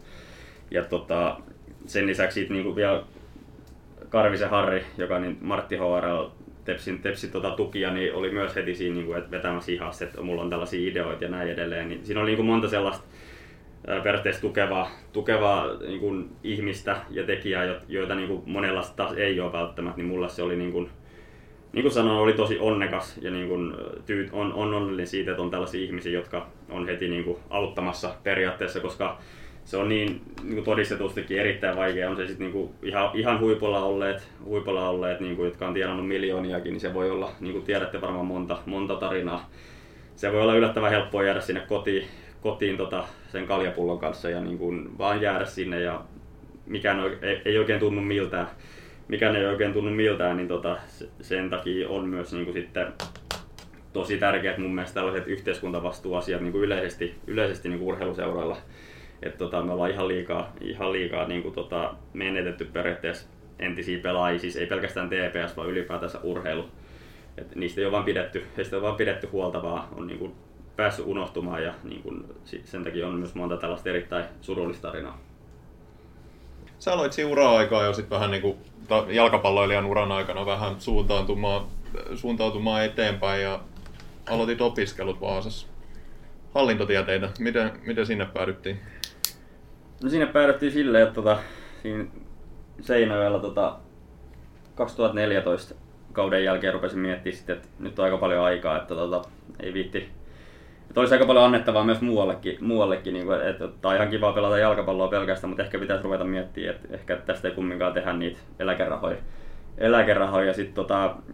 sen lisäksi sitten niinku vielä Karvisen Harri, joka niin Martti HRL Tepsi tukia, niin oli myös heti siinä niin kuin, että vetämässä hihasta, että mulla on tällaisia ideoita ja näin edelleen. Niin siinä oli niin kuin monta sellaista periaatteessa tukevaa niin kuin ihmistä ja tekijää, joita niin kuin monella taas ei ole välttämättä, niin mulla se oli niin kuin sanoin, oli tosi onnekas ja niin kuin, on onnellinen siitä, että on tällaisia ihmisiä, jotka on heti niin kuin auttamassa periaatteessa, koska se on niin kuin todistetustikin erittäin vaikea. On se sitten niinku ihan huipulla olleet niinku, jotka on tienannut miljooniakin, niin se voi olla, niin kuin tiedätte varmaan monta tarinaa. Se voi olla yllättävän helppoa jäädä sinne kotiin sen kaljapullon kanssa ja niin kuin vaan jäädä sinne ja mikään ei oikein tunnu miltään, niin sen takia on myös niin kuin sitten tosi tärkeät mun mielestä tällaiset yhteiskuntavastuuasiat niin kuin yleisesti niin kuin urheiluseuroilla. Että me ollaan ihan liikaa niin kuin, menetetty periaatteessa entisiä pelaajia, siis ei pelkästään TPS, vaan ylipäätänsä urheilu. Et niistä ei ole vaan pidetty huolta, vaan on niin kuin, päässyt unohtumaan ja niin kuin, sen takia on myös monta tällaista erittäin surullista tarinaa. Sä aloit siinä ura-aikaa jo sit vähän niin kuin jalkapalloilijan uran aikana vähän suuntautumaan eteenpäin ja aloitit opiskelut Vaasassa. Hallintotieteitä, miten sinne päädyttiin? No sinne päädyttiin silleen, että siinä Seinäjoella 2014 kauden jälkeen rupesin miettimään sitten, että nyt on aika paljon aikaa, että ei viitti. Että olisi aika paljon annettavaa myös muuallekin niin kuin, että on ihan kiva pelata jalkapalloa pelkästään, mutta ehkä pitäisi ruveta miettimään, että ehkä tästä ei kumminkaan tehdä niitä eläkerahoja. Sitten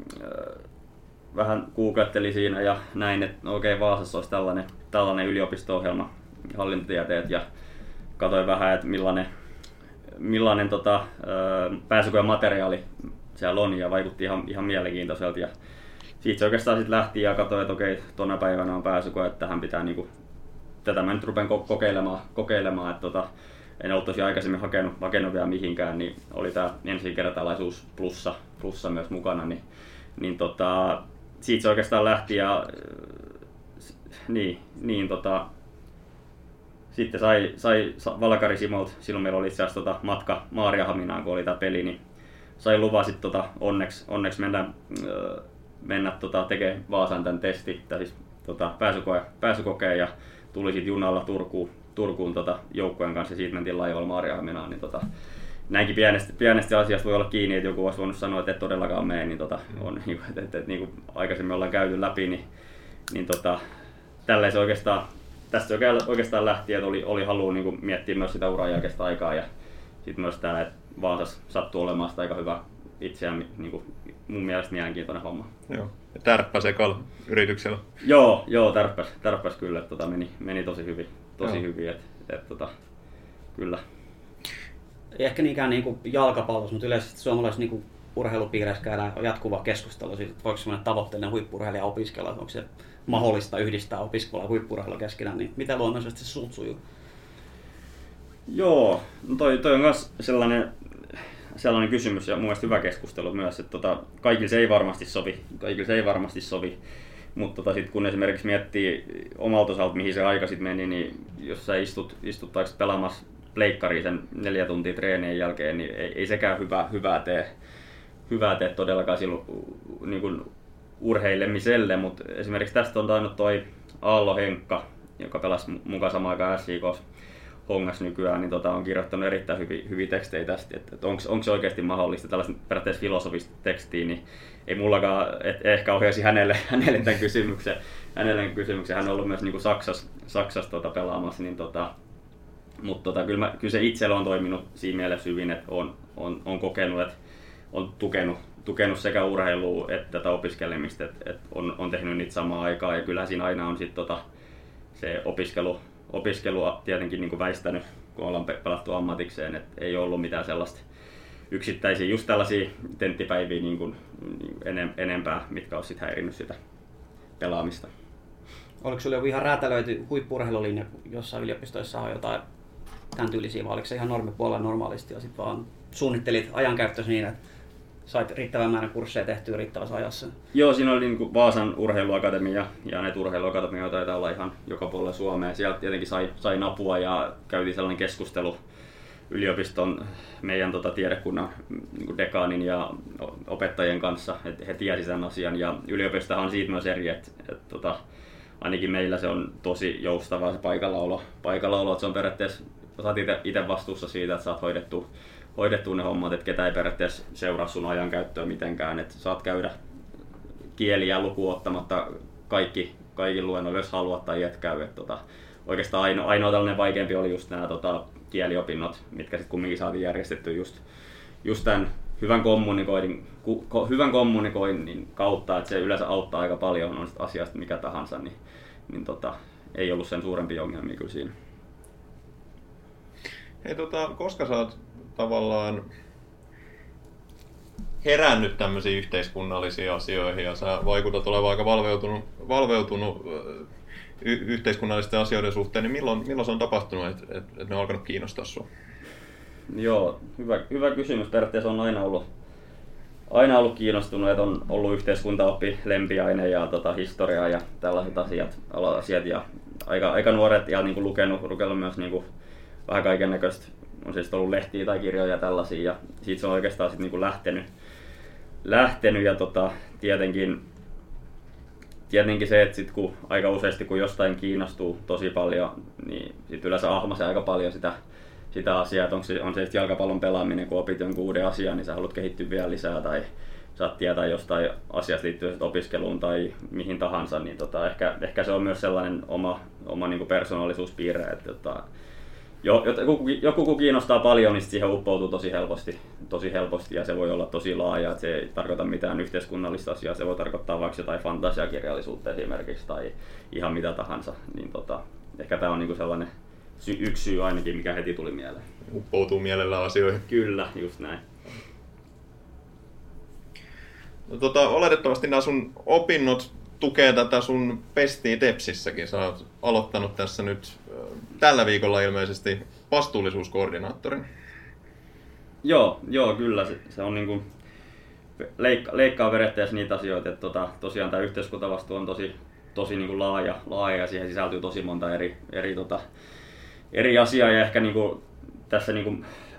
vähän googlettelin siinä ja näin, että okei, Vaasassa olisi tällainen yliopisto-ohjelma, hallintotieteet, ja katsoin vähän, että millainen pääsykoe materiaali siellä on, ja vaikutti ihan mielenkiintoiselta. Ja siitä se oikeastaan sitten lähti ja katsoin, että okei, tuona päivänä on pääsykoe, että tähän pitää tätä mä nyt rupean kokeilemaan, että en ollut tosiaan aikaisemmin hakenut vielä mihinkään, niin oli tämä ensikertalaisuus plussa myös mukana, niin siitä se oikeastaan lähti ja sitten sai Valkari Simolta, silloin meillä oli itse asiassa matka Maarianhaminaan, kun oli tämä peli, niin sai luvan sitten onneksi mennä tekemään Vaasaan tämän testin, tai siis pääsykokeen, ja tuli sitten junalla Turkuun joukkueen kanssa ja siitä mentiin laivalla Maarianhaminaan, niin näinkin pienestä asiasta voi olla kiinni, että joku olisi voinut sanoa, että et todellakaan mene, niin on, että niin kuin aikaisemmin ollaan käyty läpi, niin tälleen se tästä oikeastaan lähti, että oli halu niin kuin miettiä myös sitä uran jälkeistä aikaa, ja sitten myös tämä, että Vaasassa sattuu olemaan sitä aika hyvä itseään, niin kuin mun mielestä mielenkiintoinen homma. Joo, ja tärppäs ekalla yrityksellä. Joo, tärppäs kyllä, että meni tosi hyvin, että kyllä. Ei ehkä niinkään niinku jalkapallossa, mutta yleisesti suomalaiset niinku huippu-urheilupiireissä käydään jatkuva keskustelu siitä, että voiko semmoinen tavoitteellinen huippu-urheilija opiskella, onko se mahdollista yhdistää opiskelua ja huippu-urheilua keskenään, niin mitä luonnollisesti se sulta sujuu? Joo, no toi on myös sellainen kysymys ja mun mielestä hyvä keskustelu myös, että kaikille se ei varmasti sovi, mutta sit kun esimerkiksi miettii omalta osalta, mihin se aika sitten meni, niin jos sä istut pelaamassa pleikkariin sen 4 tuntia treenien jälkeen, niin ei sekään hyvää tee todellakaan silloin niin kuin urheilemiselle, mutta esimerkiksi tästä on tainnut toi Aallo Henkka, joka pelasi mukaan samaan aikaan SJK:ssa Hongas nykyään, niin on kirjoittanut erittäin hyviä tekstejä tästä, että onko se oikeasti mahdollista tällaista periaatteessa filosofista tekstiä, niin ei mullakaan ehkä ohjaisi hänelle tämän kysymyksen. Hän on ollut myös niin kuin Saksassa pelaamassa, niin mutta kyllä se itsellä on toiminut siinä mielessä hyvin, että on kokenut, että on tukenut sekä urheilua että tätä opiskelemista, että on tehnyt niitä samaan aikaan, ja kyllähän siinä aina on sitten se opiskelua tietenkin niin kuin väistänyt, kun ollaan pelattu ammatikseen, että ei ollut mitään sellaista yksittäisiä, just tällaisia tenttipäiviä niin kuin enempää, mitkä olisi sitten häirinnyt sitä pelaamista. Oliko sinulla ihan räätälöity huippu-urheilulinja jossain yliopistoissa on jotain tämän tyylisiä, vai oliko se ihan normipuolella normaalisti ja sitten vaan suunnittelit ajankäyttössä niin, että sait riittävän määrän kursseja tehtyä riittävässä ajassa? Joo, siinä oli niin kuin Vaasan urheiluakatemia ja näitä urheiluakatemioita taitaa olla ihan joka puolella Suomea. Sieltä tietenkin sai napua ja käytiin sellainen keskustelu yliopiston meidän tiedekunnan niin dekaanin ja opettajien kanssa, että he tiesivät sen asian. Ja yliopistohan on siitä myös eri, että ainakin meillä se on tosi joustavaa se paikallaolo, että se on periaatteessa, sä oot itse vastuussa siitä, että saat hoidettua ne hommat, että ketä ei periaatteessa seuraa sun ajankäyttöä mitenkään, että saat käydä kieliä lukuun ottamatta kaikki luennoilla, jos haluat tai et käy. Oikeastaan ainoa tällainen vaikeampi oli just nämä kieliopinnot, mitkä sitten kumminkin saatiin järjestettyä just tämän hyvän kommunikoinnin kautta, että se yleensä auttaa aika paljon, on sitten asiasta mikä tahansa, niin ei ollut sen suurempia ongelmia kyllä siinä. Hei, koska sä oot tavallaan herännyt tämmöisiin yhteiskunnallisiin asioihin ja sä vaikutat olevan aika valveutunut yhteiskunnallisten asioiden suhteen, niin milloin se on tapahtunut, että ne on alkanut kiinnostaa sua? Joo, hyvä kysymys. Periaatteessa on aina ollut kiinnostunut, että on ollut yhteiskuntaoppi, lempiaine ja historia ja tällaiset asiat ja aika nuoret ja niin kuin lukenut myös niin kuin vähän kaiken näköistä, on siis ollut lehtiä tai kirjoja ja tällaisia, ja siitä se on oikeastaan sitten niinku lähtenyt ja tietenkin se, että sit kun aika useasti kun jostain kiinnostuu tosi paljon, niin sit yleensä ahmaisee aika paljon sitä asiaa, että on se sitten jalkapallon pelaaminen, kun opit jonkun uuden asian, niin sä haluat kehittyä vielä lisää tai saat tietää jostain asiasta liittyen opiskeluun tai mihin tahansa, niin ehkä se on myös sellainen oma niinku persoonallisuuspiirre, että joku kun kiinnostaa paljon, niin siihen uppoutuu tosi helposti ja se voi olla tosi laaja, että se ei tarkoita mitään yhteiskunnallista asiaa, se voi tarkoittaa vaikka jotain fantasiakirjallisuutta esimerkiksi tai ihan mitä tahansa, niin ehkä tämä on niinku sellainen yksi syy ainakin, mikä heti tuli mieleen. Uppoutuu mielellä asioihin. Kyllä, just näin. No, oletettavasti nämä sun opinnot tukee tätä sun pestiä Tepsissäkin. Sä oot aloittanut tässä nyt tällä viikolla ilmeisesti vastuullisuuskoordinaattorin. Joo, kyllä. Se on niinku leikkaa periaatteessa niitä asioita, että tosiaan tämä yhteiskuntavastuu on tosi niinku laaja ja siihen sisältyy tosi monta eri asiaa ja ehkä niinku tässä niinku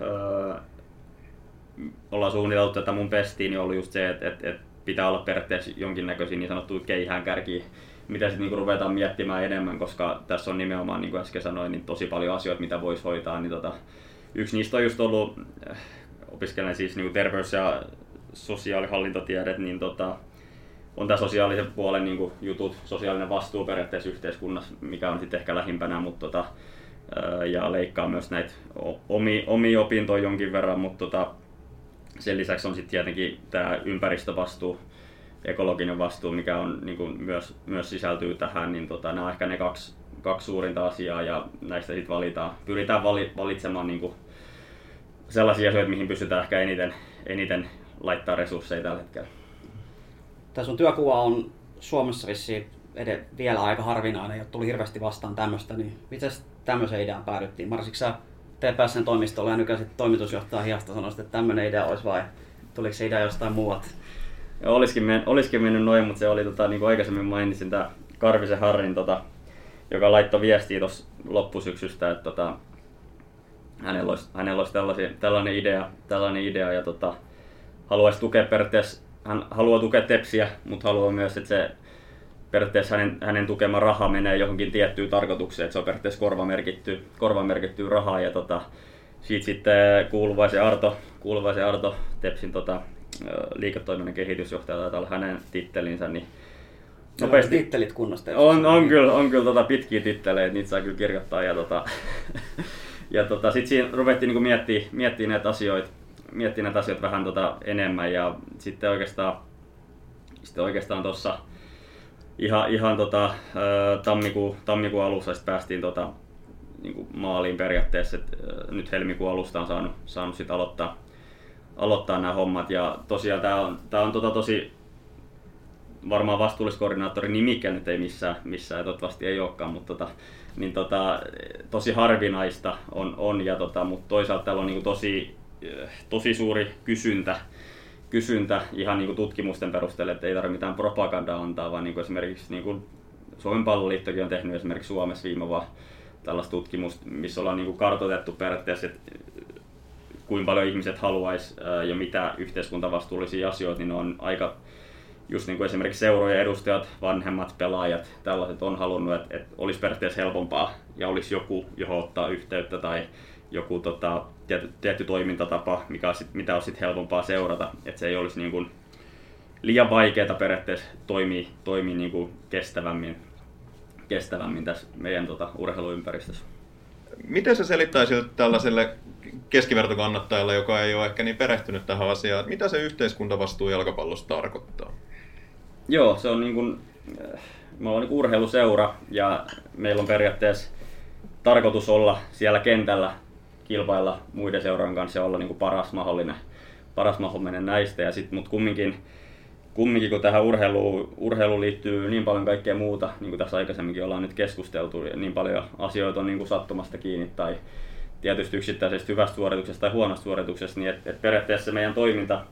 ollaan suunniteltu tätä mun pestiin, niin on ollut just se, että pitää olla periaatteessa jonkinnäköisiä niin sanottuja keihäänkärkiä, mitä sitten niinku ruvetaan miettimään enemmän, koska tässä on nimenomaan, niin kuin äsken sanoin, niin tosi paljon asioita, mitä voisi hoitaa. Niin yksi niistä on just ollut, opiskelen siis niinku terveys- ja sosiaalihallintotiedet, niin on tämä sosiaalisen puolen niinku jutut, sosiaalinen vastuu periaatteessa yhteiskunnassa, mikä on sitten ehkä lähimpänä, mutta ja leikkaa myös näitä omia opintoja jonkin verran, mutta sen lisäksi on sitten tietenkin tämä ympäristövastuu, ekologinen vastuu, mikä on, niin kuin myös sisältyy tähän, niin nämä on ehkä ne kaksi suurinta asiaa ja näistä sitten pyritään valitsemaan niin kuin sellaisia asioita, mihin pystytään ehkä eniten laittaa resursseja tällä hetkellä. Tämä sun työkuva on Suomessa vissiin vielä aika harvinainen, ei ole tullut hirveästi vastaan tämmöistä, niin miten tämmöiseen ideaan päädyttiin? Marsitko sä TPS:n toimistolla ja nykäisit toimitusjohtaja hiasta sanoisit, että tämmöinen idea olisi vai tuliko se idea jostain muualta? Olisikin mennyt noin, mutta se oli niin kuin aikaisemmin mainitsin, tämä Karvisen Harrin, joka laittoi viestiä tuossa loppusyksystä, että hänellä olisi tällainen idea ja haluaisi tukea periaatteessa, hän haluaa tukea Tepsiä, mutta haluaa myös, että se periaatteessa hänen tukema raha menee johonkin tiettyyn tarkoitukseen, että se on periaatteessa korvamerkittyä rahaa ja siitä sitten Kuuluvaisen Arto Tepsin liiketoiminnan kehitysjohtaja taitaa olla hänen tittelinsä, niin nopeasti tittelit kunnosta. On kyllä pitkiä titteleitä, niitä saa kyllä kirjoittaa ja sitten siinä ruvettiin niinku miettimään näitä asioita vähän enemmän ja sitten oikeastaan tuossa ihan tammikuun alussa päästiin niinku maaliin periaatteessa, että nyt helmikuun alusta on saanut sit aloittaa nämä hommat ja tosiaan tää on tosi varmaan vastuulliskoordinaattorin nimikään nyt ei missään ja toivottavasti ei olekaan, mutta tosi harvinaista on ja mutta toisaalta täällä on niinku tosi suuri kysyntä ihan niinku tutkimusten perusteella, että ei tarvitse mitään propagandaa antaa, vaan niinku esimerkiksi niinku Suomen Palloliittokin on tehnyt esimerkiksi Suomessa viime vuonna tällaista tutkimusta, missä ollaan niinku kartoitettu periaatteessa, että kuinka paljon ihmiset haluaisi ja mitä yhteiskuntavastuullisia asioita, niin ne on aika just niin kuin esimerkiksi seurojen edustajat, vanhemmat, pelaajat, tällaiset on halunnut, että olisi periaatteessa helpompaa ja olisi joku, johon ottaa yhteyttä tai joku tietty toimintatapa, mitä on sitten helpompaa seurata, että se ei olisi niin kuin liian vaikeaa periaatteessa toimii niin kuin kestävämmin tässä meidän urheiluympäristössä. Miten sä selittäisit tällaiselle keskivertokannattajalle, joka ei ole ehkä niin perehtynyt tähän asiaan, että mitä se yhteiskuntavastuu jalkapallossa tarkoittaa? Joo, se on niin kuin, me ollaan niin urheiluseura ja meillä on periaatteessa tarkoitus olla siellä kentällä, kilpailla muiden seurojen kanssa ja olla niin kuin paras mahdollinen näistä. Mutta kumminkin kun tähän urheiluun liittyy niin paljon kaikkea muuta, niin kuin tässä aikaisemminkin ollaan nyt keskusteltu, ja niin paljon asioita on niin kuin sattumasta kiinni tai tietysti yksittäisestä hyvästä suorituksesta tai huonosta suorituksesta, niin että periaatteessa meidän toiminta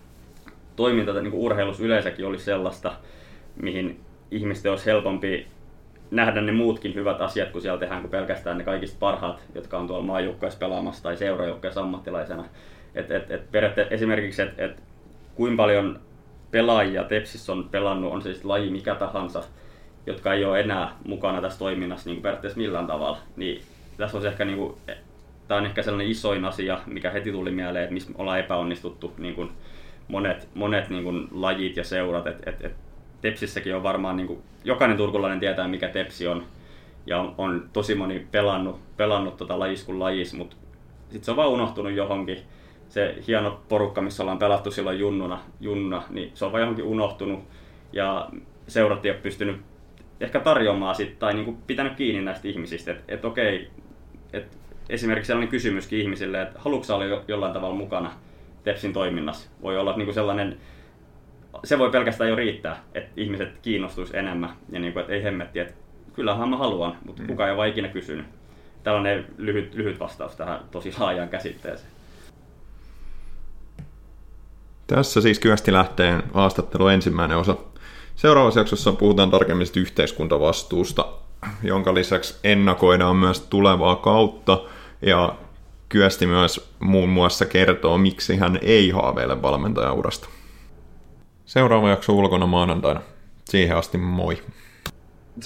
niin kuin urheilussa yleensäkin olisi sellaista, mihin ihmisten olisi helpompi nähdä ne muutkin hyvät asiat, kun siellä tehdään, kuin pelkästään ne kaikista parhaat, jotka on tuolla maajoukkueessa pelaamassa tai seurajoukkueessa ammattilaisena. Esimerkiksi, että kuinka paljon pelaajia Tepsissä on pelannut, on se siis laji mikä tahansa, jotka ei ole enää mukana tässä toiminnassa niin kuin periaatteessa millään tavalla. Niin tässä on ehkä, niin kuin, tämä on ehkä sellainen isoin asia, mikä heti tuli mieleen, että missä ollaan epäonnistuttu niin kuin monet niin kuin lajit ja seurat. Tepsissäkin on varmaan, niin kuin, jokainen turkulainen tietää mikä Tepsi on ja on tosi moni pelannut lajis kuin lajis, mutta sitten se on vaan unohtunut johonkin. Se hieno porukka, missä ollaan pelattu silloin junnuna, niin se on vaan johonkin unohtunut ja seurat ei ole pystynyt ehkä tarjoamaan sit, tai niin kuin pitänyt kiinni näistä ihmisistä. Okei, esimerkiksi sellainen kysymyskin ihmisille, että haluatko sä olla jollain tavalla mukana Tepsin toiminnassa? Voi olla niin kuin sellainen, se voi pelkästään jo riittää, että ihmiset kiinnostuisi enemmän ja niin kuin, että ei hemmetti, että kyllähän mä haluan, mutta kukaan ei ole ikinä kysynyt. Tällainen lyhyt vastaus tähän tosi laajaan käsitteeseen. Tässä siis Kyöstilähteen haastattelu ensimmäinen osa. Seuraavassa jaksossa puhutaan tarkemmin yhteiskuntavastuusta, jonka lisäksi ennakoidaan myös tulevaa kautta ja Kyösti myös muun muassa kertoo, miksi hän ei haaveile valmentajaurasta. Seuraava jakso ulkona maanantaina. Siihen asti moi!